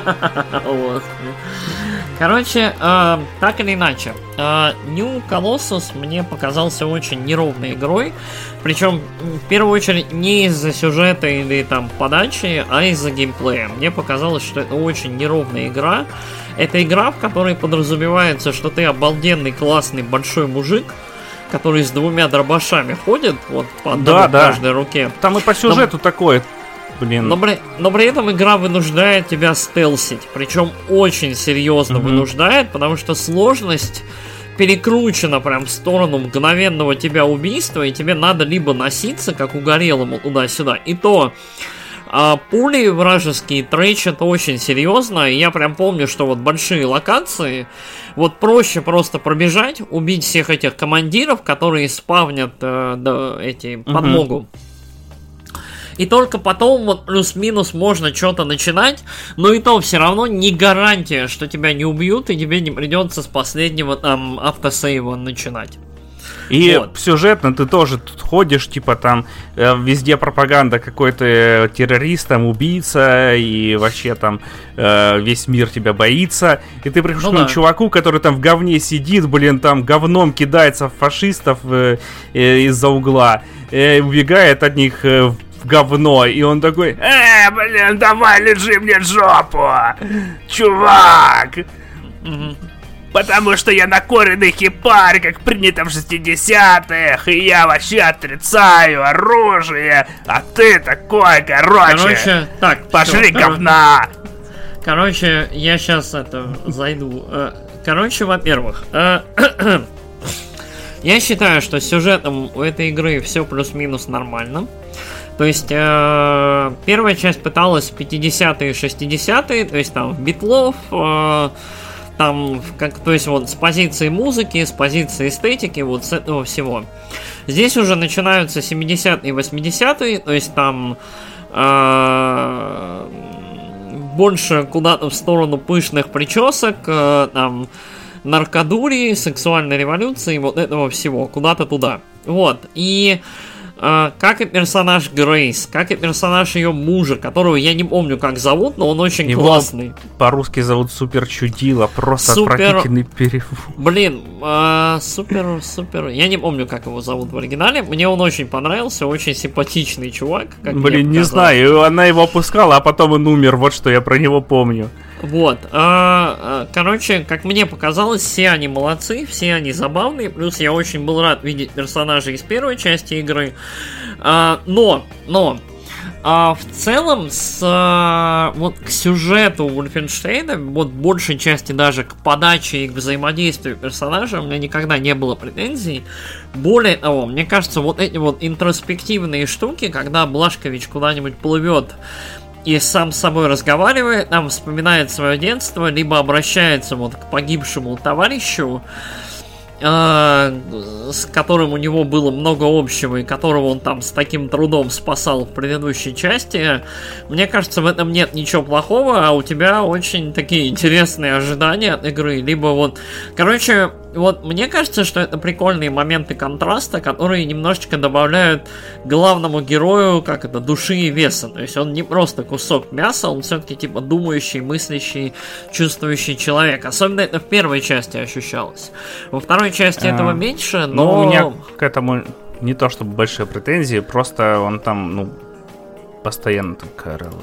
Короче, э, так или иначе, э, New Colossus мне показался очень неровной игрой. Причем, в первую очередь, не из-за сюжета или там подачи, а из-за геймплея. Мне показалось, что это очень неровная игра. Это игра, в которой подразумевается, что ты обалденный, классный, большой мужик, который с двумя дробашами ходит, вот по одному да, в да. каждой руке. Там и по сюжету Но... такое. Блин. Но, но при этом игра вынуждает тебя стелсить. Причем очень серьезно mm-hmm. вынуждает, потому что сложность перекручена прям в сторону мгновенного тебя убийства, и тебе надо либо носиться, как угорелому, туда-сюда. И то а, пули вражеские тречат очень серьезно. И я прям помню, что вот большие локации, вот проще просто пробежать, убить всех этих командиров, которые спавнят э, да, эти mm-hmm. подмогу. И только потом вот плюс-минус можно что-то начинать, но и то все равно не гарантия, что тебя не убьют, и тебе не придется с последнего там автосейва начинать. И вот. Сюжетно ты тоже тут ходишь, типа там э, везде пропаганда какой-то террорист, там убийца, и вообще там э, весь мир тебя боится. И ты приходишь ну, к да. чуваку, который там в говне сидит, блин, там говном кидается в фашистов э, э, из-за угла, э, убегает от них э, в говно, и он такой: э, блин, давай лежи мне в жопу, чувак! Mm-hmm. Потому что я накуренный хипарь, как принято в шестидесятых, и я вообще отрицаю оружие, а ты такой, короче, короче так, пошли всё, говна! Короче, я сейчас это зайду. Короче, во-первых, я считаю, что с сюжетом у этой игры все плюс-минус нормально. То есть, э, первая часть пыталась в пятидесятые и шестидесятые, то есть там в битлов, э, там, как, то есть вот с позиции музыки, с позиции эстетики, вот с этого всего. Здесь уже начинаются семидесятые и восьмидесятые, то есть там э, больше куда-то в сторону пышных причесок, э, там, наркодурии, сексуальной революции, вот этого всего, куда-то туда. Вот, и... Uh, как и персонаж Грейс, как и персонаж ее мужа, которого я не помню, как зовут, но он очень его классный. По-русски зовут Супер Чудило, просто супер... отвратительный перевод. Блин, uh, супер, супер. Я не помню, как его зовут в оригинале. Мне он очень понравился, очень симпатичный чувак. Как Блин, не знаю, она его опускала, а потом он умер. Вот что я про него помню. Вот, а, а, короче, как мне показалось, все они молодцы, все они забавные, плюс я очень был рад видеть персонажей из первой части игры, а, но, но, а, в целом, с, а, вот к сюжету Wolfenstein, вот большей части даже к подаче и к взаимодействию персонажа у меня никогда не было претензий. Более того, мне кажется, вот эти вот интроспективные штуки, когда Блашкович куда-нибудь плывет и сам с собой разговаривает, там вспоминает свое детство, либо обращается вот к погибшему товарищу, э, с которым у него было много общего, и которого он там с таким трудом спасал в предыдущей части. Мне кажется, в этом нет ничего плохого, а у тебя очень такие интересные ожидания от игры. Либо вот, короче, вот мне кажется, что это прикольные моменты контраста, которые немножечко добавляют главному герою, как это, души и веса. То есть он не просто кусок мяса, он все-таки типа думающий, мыслящий, чувствующий человек. Особенно это в первой части ощущалось. Во второй части этого меньше, но... Ну, у меня к этому не то чтобы большие претензии, просто он там, ну, постоянно там Кэрол.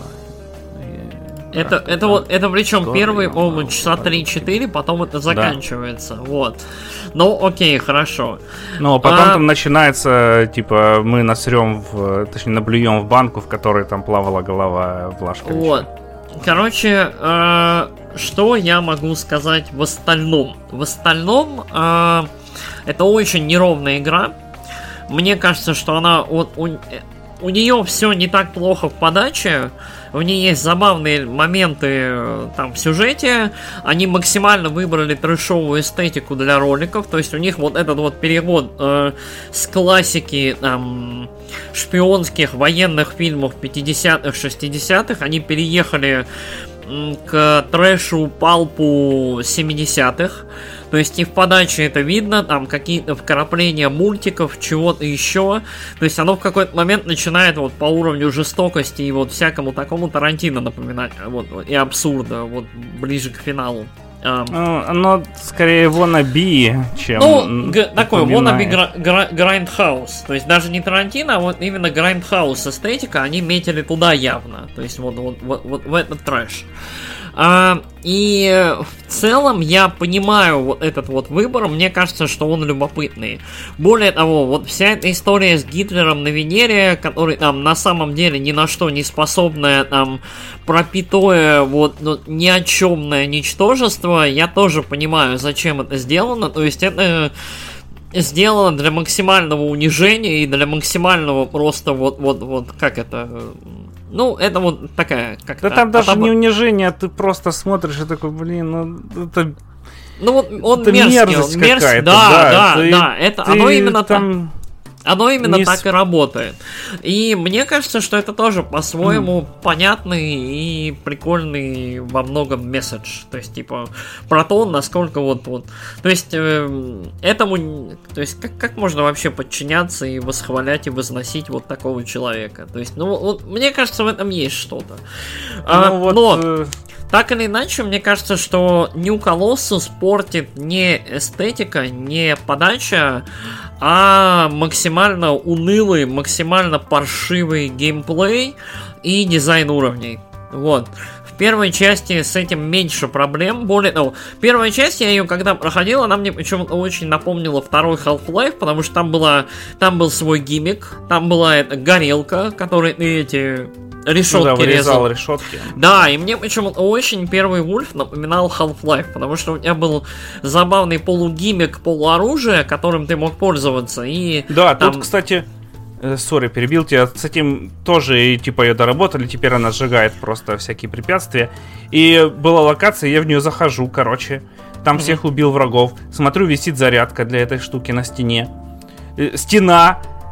Это, это, это вот, это причем первые, по-моему, часа три-четыре, потом это заканчивается, да. Вот. Ну, окей, хорошо. Ну, а потом а... там начинается, типа, мы насрем, в, точнее, наблюем в банку, в которой там плавала голова Блашковича. Вот. Короче, э, что я могу сказать в остальном? В остальном, э, это очень неровная игра. Мне кажется, что она, вот, у, у нее все не так плохо в подаче. У нее есть забавные моменты там в сюжете. Они максимально выбрали трэшовую эстетику для роликов. То есть у них вот этот вот перевод э, с классики там, шпионских военных фильмов пятидесятых, шестидесятых. Они переехали м, к трэшу, палпу семидесятых. То есть и в подаче это видно, там какие-то вкрапления мультиков, чего-то еще. То есть оно в какой-то момент начинает вот по уровню жестокости и вот всякому такому Тарантино напоминать. Вот, и абсурда, вот ближе к финалу. Um, оно скорее wannabe, чем... Ну, г- такой wannabe гра- гра- grindhouse. То есть даже не Тарантино, а вот именно grindhouse эстетика, они метили туда явно. То есть вот, вот, вот, вот в этот трэш. А, и в целом я понимаю вот этот вот выбор, мне кажется, что он любопытный. Более того, вот вся эта история с Гитлером на Венере, который там на самом деле ни на что не способное, там пропитое, вот ну, ни о чемное ничтожество, я тоже понимаю, зачем это сделано. То есть это сделано для максимального унижения и для максимального просто вот, вот, вот, как это... Ну, это вот такая, как-то... Да там даже отобо... не унижение, а ты просто смотришь и такой, блин, ну, это... Ну, вот он это мерзкий, мерзость он мерзкий, какая-то, да, да, да, ты, да, это, ты оно именно там... так... Оно именно не так с... и работает. И мне кажется, что это тоже по-своему mm. понятный и прикольный во многом месседж. То есть, типа, про то, насколько вот... вот то есть, э, этому... То есть, как, как можно вообще подчиняться и восхвалять и возносить вот такого человека? То есть, ну, вот, мне кажется, в этом есть что-то. Ну, а, вот, но... э... Так или иначе, мне кажется, что New Colossus портит не эстетика, не подача, а максимально унылый, максимально паршивый геймплей и дизайн уровней. Вот. В первой части с этим меньше проблем. Более того, первая часть, я ее когда проходил, она мне почему-то очень напомнила второй Half-Life, потому что там была, там был свой гиммик, там была эта горелка, которой эти... решетки ну, да, вырезал резал. решетки. Да, и мне почему-то очень первый Wolf напоминал Half-Life, потому что у тебя был забавный полугиммик, полуоружие, которым ты мог пользоваться. И да, там... тут, кстати, сори, перебил тебя, с этим тоже, типа, ее доработали, теперь она сжигает просто всякие препятствия. И была локация, я в нее захожу, короче, там mm-hmm. всех убил врагов, смотрю, висит зарядка для этой штуки на стене. Стена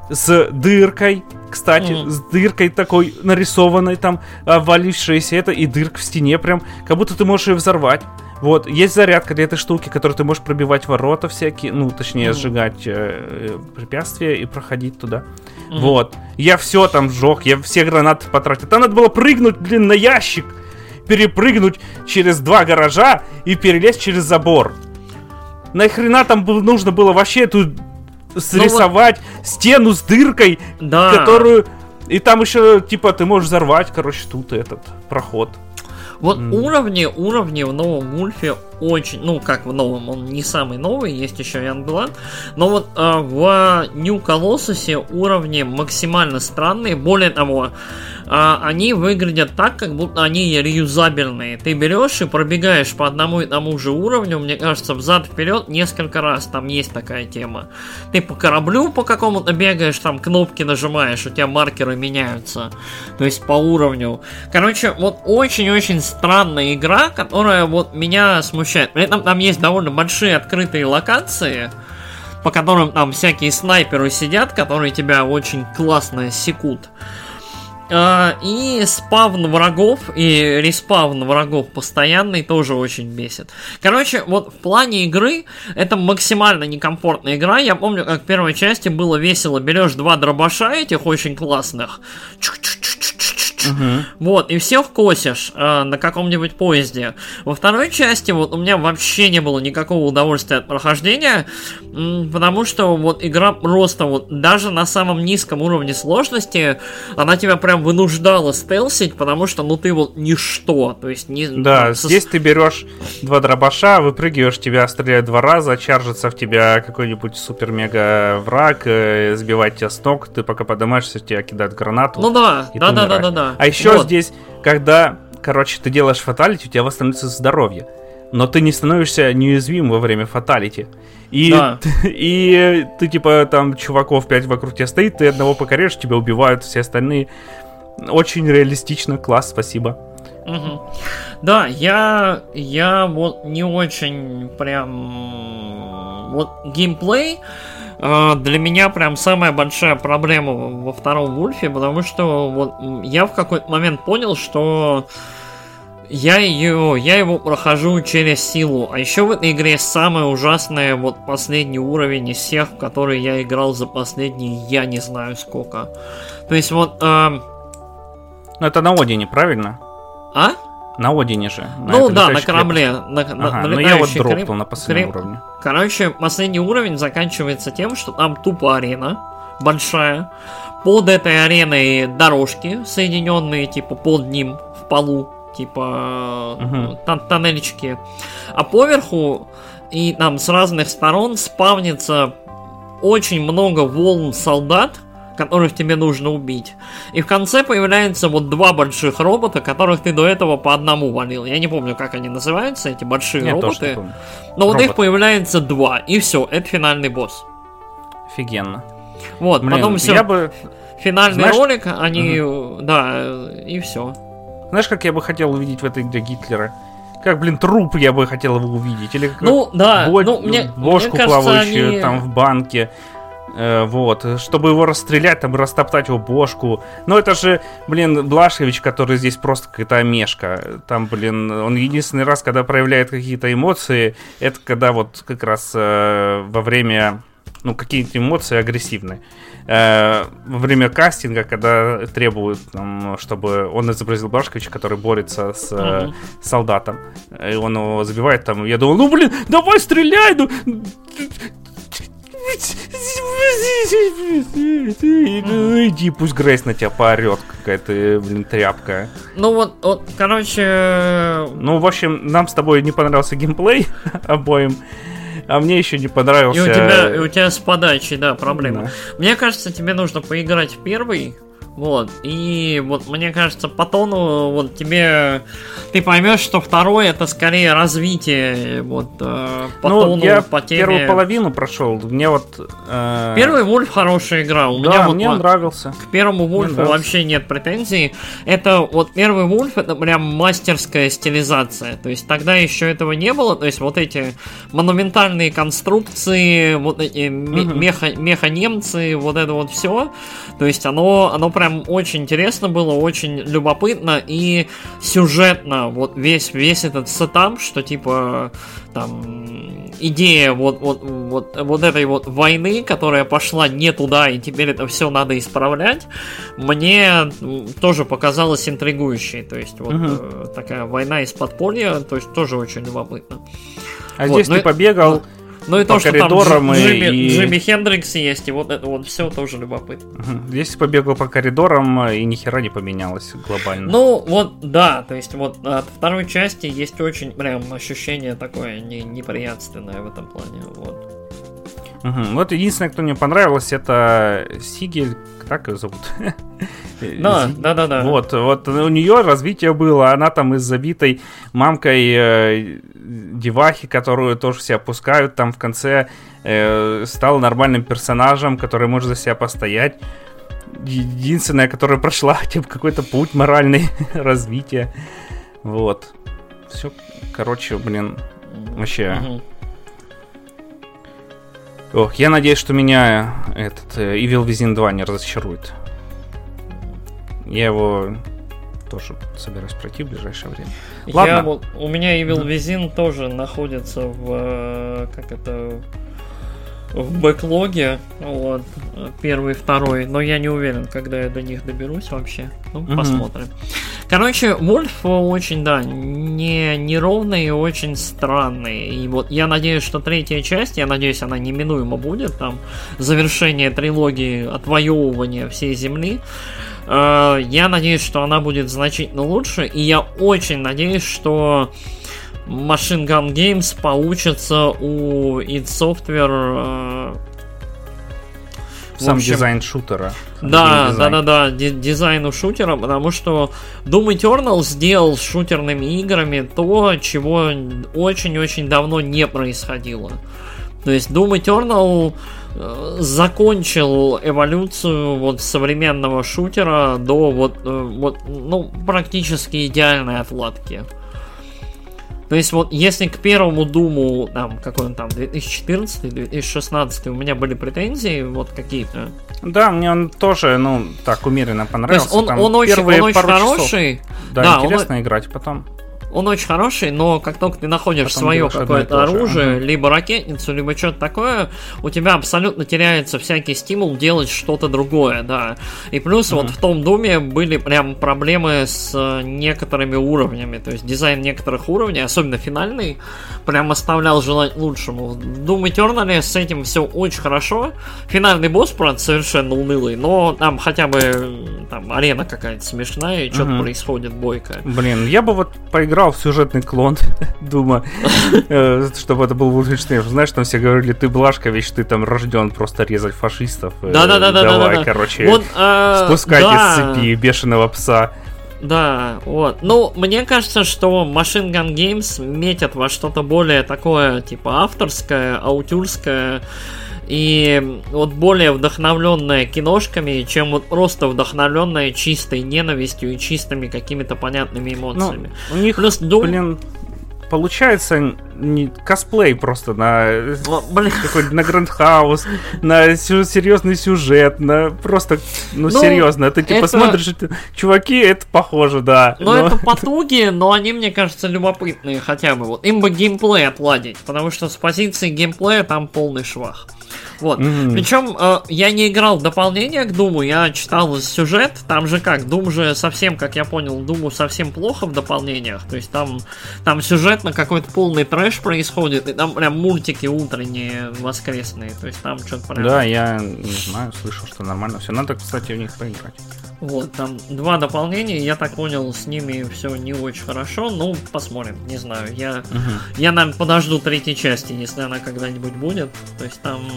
с дыркой, кстати, mm-hmm. с дыркой такой нарисованной, там, обвалившейся это, и дырка в стене прям, как будто ты можешь ее взорвать. Вот, есть зарядка для этой штуки, которой ты можешь пробивать ворота всякие, ну, точнее, mm-hmm. сжигать э, препятствия и проходить туда. Mm-hmm. Вот, я все там сжег, я все гранаты потратил. Там надо было прыгнуть, блин, на ящик, перепрыгнуть через два гаража и перелезть через забор. Нахрена там было, нужно было вообще эту срисовать вот... стену с дыркой, да. которую... И там еще, типа, ты можешь взорвать, короче, тут этот проход. Вот mm. уровни, уровни в новом Вульфе очень, ну как в новом, он не самый новый, есть еще Youngblood, но вот э, в New Colossus уровни максимально странные, более того, э, они выглядят так, как будто они реюзабельные. Ты берешь и пробегаешь по одному и тому же уровню, мне кажется, взад-вперед несколько раз, там есть такая тема. Ты по кораблю по какому-то бегаешь, там кнопки нажимаешь, у тебя маркеры меняются, то есть по уровню. Короче, вот очень-очень странная игра, которая вот меня смущает. При этом там есть довольно большие открытые локации, по которым там всякие снайперы сидят, которые тебя очень классно секут. И спавн врагов, и респавн врагов постоянный тоже очень бесит. Короче, вот в плане игры это максимально некомфортная игра. Я помню, как в первой части было весело. Берешь два дробаша этих очень классных, Uh-huh. вот, и всех косишь э, на каком-нибудь поезде. Во второй части вот у меня вообще не было никакого удовольствия от прохождения, м- потому что вот игра просто вот даже на самом низком уровне сложности она тебя прям вынуждала стелсить, потому что ну ты вот ничто, то есть не... Да, ну, здесь со... ты берешь два дробаша, выпрыгиваешь, тебя стреляют два раза, чаржится в тебя какой-нибудь супер-мега враг, э, сбивает тебя с ног, ты пока поднимаешься, тебя кидают гранату. Ну да, да-да-да-да-да. А еще вот. Здесь, когда, короче, ты делаешь фаталити, у тебя восстановится здоровье. Но ты не становишься неуязвим во время фаталити. И, да. ты, и ты, типа, там, чуваков пять вокруг тебя стоит, ты одного покорежь, тебя убивают все остальные. Очень реалистично, класс, спасибо. Угу. Да, я, я вот не очень прям... Вот геймплей... Для меня прям самая большая проблема во втором Вульфе, потому что вот я в какой-то момент понял, что я, ее, я его прохожу через силу. А еще в этой игре самое ужасное вот последний уровень из всех, в которые я играл за последние я не знаю сколько. То есть вот... Э... Это на Одине, правильно? А? На Одине же. На ну да, на корабле. На, ага, на, но я вот дропнул креп... на последнем креп... уровне. Короче, последний уровень заканчивается тем, что там тупо арена большая. Под этой ареной дорожки, соединенные типа под ним в полу, типа угу. тон- тоннельчики. А поверху и там с разных сторон спавнится очень много волн солдат, которых тебе нужно убить. И в конце появляются вот два больших робота, которых ты до этого по одному валил. Я не помню, как они называются, эти большие Я роботы. Но вот Робот. Их появляется два. И все, это финальный босс. Офигенно. Вот, Блин, потом все. Я бы... Финальный Знаешь... ролик, они... Угу. Да, и все. Знаешь, как я бы хотел увидеть в этой игре Гитлера? Как, блин, труп я бы хотел его увидеть. Или ну, да. Бо... Ну, мне, бошку мне кажется, плавающую они... там в банке. Вот, чтобы его расстрелять, там, растоптать его бошку. Но это же, блин, Блашевич, который здесь просто какая-то омешка. Там, блин, он единственный раз, когда проявляет какие-то эмоции, это когда вот как раз э, во время, ну, какие-то эмоции агрессивные. Э, во время кастинга, когда требуют, там, чтобы он изобразил Блашковича, который борется с э, mm-hmm. солдатом. И он его забивает там. Я думал, ну, блин, давай стреляй, ну... Иди, пусть Грейс на тебя поорет, какая-то, блин, тряпка. Ну вот, вот, короче... Ну, в общем, нам с тобой не понравился геймплей обоим, а мне еще не понравился... И у тебя, и у тебя с подачей, да, проблема. Да. Мне кажется, тебе нужно поиграть в первый, Вот, и вот мне кажется, по тону вот тебе ты поймешь, что второй это скорее развитие вот по ну, тону, я по теме. Первую половину прошел, мне вот. Э... Первый Вульф хорошая игра, у да, меня вот мне по... нравился. К первому Вульфу вообще нет претензий. Это вот первый Вульф, это прям мастерская стилизация, то есть тогда еще этого не было, то есть вот эти монументальные конструкции, вот эти uh-huh. меха меха-немцы, вот это вот все, то есть оно оно прям очень интересно было, очень любопытно и сюжетно. Вот весь, весь этот сетап, что типа там идея вот, вот, вот, вот этой вот войны, которая пошла не туда, и теперь это все надо исправлять, мне тоже показалось интригующей. То есть вот угу. такая война из подполья, то есть тоже очень любопытно. А вот, здесь ты побегал... Ну, Ну и по то, что там и... Джимми, и... Джимми Хендрикс есть, и вот это вот все тоже любопытно. Угу. Здесь побегал по коридорам, и ни хера не поменялось глобально. Ну, вот, да, то есть вот от второй части есть очень прям ощущение такое не, неприятственное в этом плане, вот. Угу. Вот единственное, кто мне понравилось, это Сигель, как ее зовут? Да, да, да, да. Вот, вот у нее развитие было, она там из забитой мамкой э, девахи, которую тоже все опускают, там в конце э, стала нормальным персонажем, который может за себя постоять. Единственная, которая прошла типа какой-то путь моральный развития. Вот. Все, короче, блин, вообще... Угу. Ох, я надеюсь, что меня этот Evil Within два не разочарует. Я его тоже собираюсь пройти в ближайшее время. Ладно. Я, вот, у меня Evil Within тоже находится в... Как это... В бэклоге, вот, первый, второй, но я не уверен, когда я до них доберусь вообще. Ну, mm-hmm. посмотрим. Короче, Вульф очень, да, не, неровный и очень странный. И вот я надеюсь, что третья часть, я надеюсь, она неминуемо будет, там, завершение трилогии отвоевывания всей земли. Э, я надеюсь, что она будет значительно лучше, и я очень надеюсь, что Machine Gun Games поучится у id Software э, сам общем, дизайн шутера. Да, да, да, да, ди- дизайну шутера, потому что Doom Eternal сделал с шутерными играми то, чего очень-очень давно не происходило. То есть Doom Eternal э, закончил эволюцию вот современного шутера до вот, э, вот ну, практически идеальной отладки. То есть вот если к первому Думу, там, какой он там, две тысячи четырнадцатый - две тысячи шестнадцатый у меня были претензии, вот какие-то. Да, мне он тоже, ну, так умеренно понравился. То есть он, там он очень, он очень хороший. Часов. Да, да, интересно он... играть потом. Он очень хороший, но как только ты находишь потом свое какое-то оружие, ага. либо ракетницу, либо что-то такое, у тебя абсолютно теряется всякий стимул делать что-то другое, да. И плюс ага. вот в том Думе были прям проблемы с некоторыми уровнями, то есть дизайн некоторых уровней, особенно финальный, прям оставлял желать лучшему. В Doom Eternal с этим все очень хорошо. Финальный босс, правда, совершенно унылый, но там хотя бы там арена какая-то смешная, и что-то ага. происходит бойкое. Блин, я бы вот поиграл в сюжетный клон Дума, чтобы это был Wolfenstein. Знаешь, там все говорили, ты Блашкович, ты там рожден просто резать фашистов. Да-да-да. Давай, короче, спускайте с цепи бешеного пса. Да, вот. Ну, мне кажется, что Machine Gun Games метят во что-то более такое, типа, авторское, аутюрское, и вот более вдохновленная киношками, чем вот просто вдохновленная чистой ненавистью и чистыми какими-то понятными эмоциями. Ну, у них, Плюс, Doom... блин, получается не косплей просто на О, какой-то на Грандхаус, на сю- серьезный сюжет, на просто, ну, ну серьезно, ты типа это... смотришь, это, чуваки, это похоже, да. Ну, но... это потуги, но они, мне кажется, любопытные хотя бы. Вот им бы геймплей отладить, потому что с позиции геймплея там полный швах. Вот. Mm-hmm. Причем э, я не играл в дополнение к Думу, я читал сюжет. Там же как, Дум же совсем, как я понял, Думу совсем плохо в дополнениях. То есть там, там сюжетно какой-то полный трэш происходит, и там прям мультики утренние, воскресные. То есть там что-то прям... Да, я не знаю, слышал, что нормально все. Надо, кстати, в них поиграть. Вот, там два дополнения, я так понял, с ними все не очень хорошо, ну, посмотрим, не знаю, я, uh-huh. я, наверное, подожду третьей части, если она когда-нибудь будет, то есть там,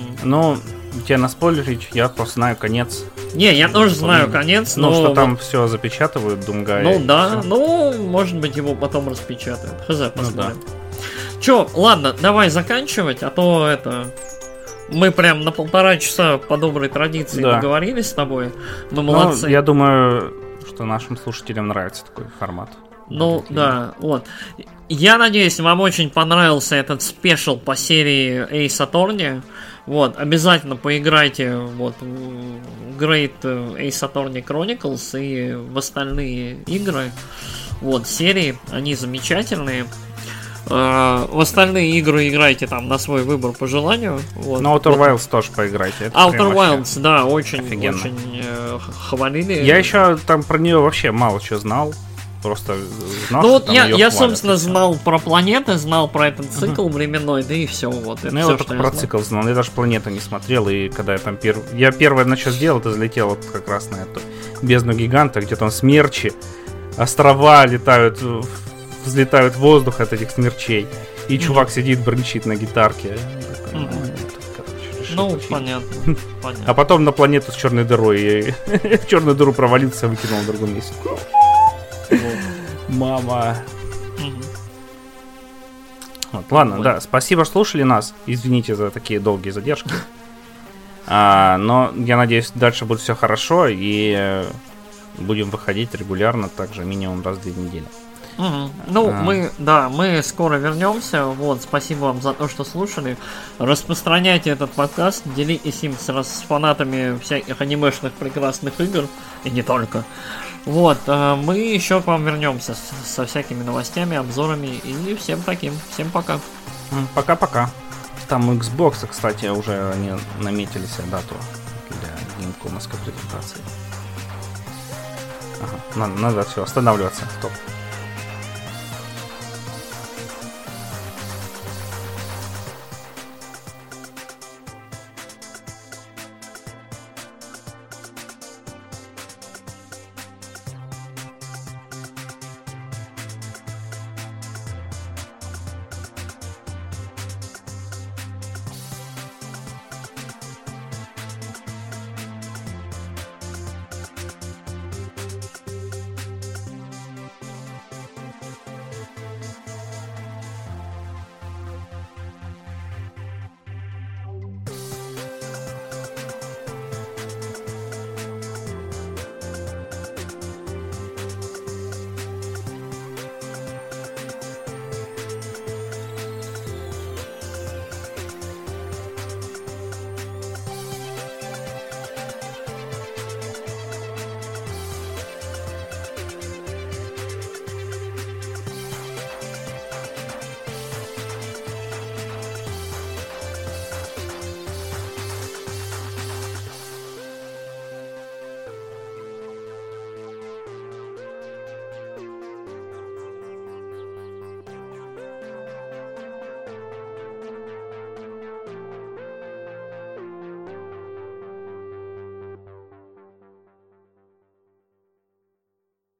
Mm. Ну, тебе наспойлерить, я просто знаю конец. Не, я тоже знаю конец, но... Ну, что вот... там все запечатывают, Думгай. Ну да, все. Ну, может быть, его потом распечатают. Хз, посмотрим. Ну, да. Чё, ладно, давай заканчивать, а то это... Мы прям на полтора часа по доброй традиции да. договорились с тобой. Мы молодцы. Ну, я думаю, что нашим слушателям нравится такой формат. Ну, вот да, вот. Я надеюсь, вам очень понравился этот спешл по серии Ace Attorney. Вот, обязательно поиграйте вот, в Great Ace Attorney Chronicles и в остальные игры. Вот, серии, они замечательные. В остальные игры играйте там на свой выбор по желанию. Вот. Но Outer вот. Wilds тоже поиграйте. Это Outer Wilds, да, очень, очень э, хвалили. Я еще там про нее вообще мало чего знал. Просто знал, ну, что вот там я, ее я хвалят, собственно, знал про планеты, знал про этот цикл uh-huh. временной, да и все. Вот, это ну, все, я вот про цикл знал. Я даже планету не смотрел. И когда я там перв... Я первое начал сделал, это залетел вот как раз на эту бездну гиганта, где там смерчи, острова летают, взлетают в воздух от этих смерчей. И mm-hmm. чувак сидит, бренчит на гитарке. Mm-hmm. Ну, понятно, понятно. А потом на планету с черной дырой. И в черную дыру провалился и выкинул в другом месте. Мама. Mm-hmm. Вот, ладно, Ой. да, спасибо, что слушали нас. Извините за такие долгие задержки. а, но я надеюсь, дальше будет все хорошо. И будем выходить регулярно, также минимум раз в две недели. Угу. Ну, а. мы, да, мы скоро вернемся. Вот, спасибо вам за то, что слушали. Распространяйте этот подкаст, делитесь им с, с фанатами всяких анимешных прекрасных игр. И не только. Вот, а мы еще к вам вернемся с, со всякими новостями, обзорами и всем таким. Всем пока. Пока-пока. Там у Xbox, кстати, уже они наметили себе дату для геймкомовской презентации. Ага, надо, надо все, останавливаться. Стоп.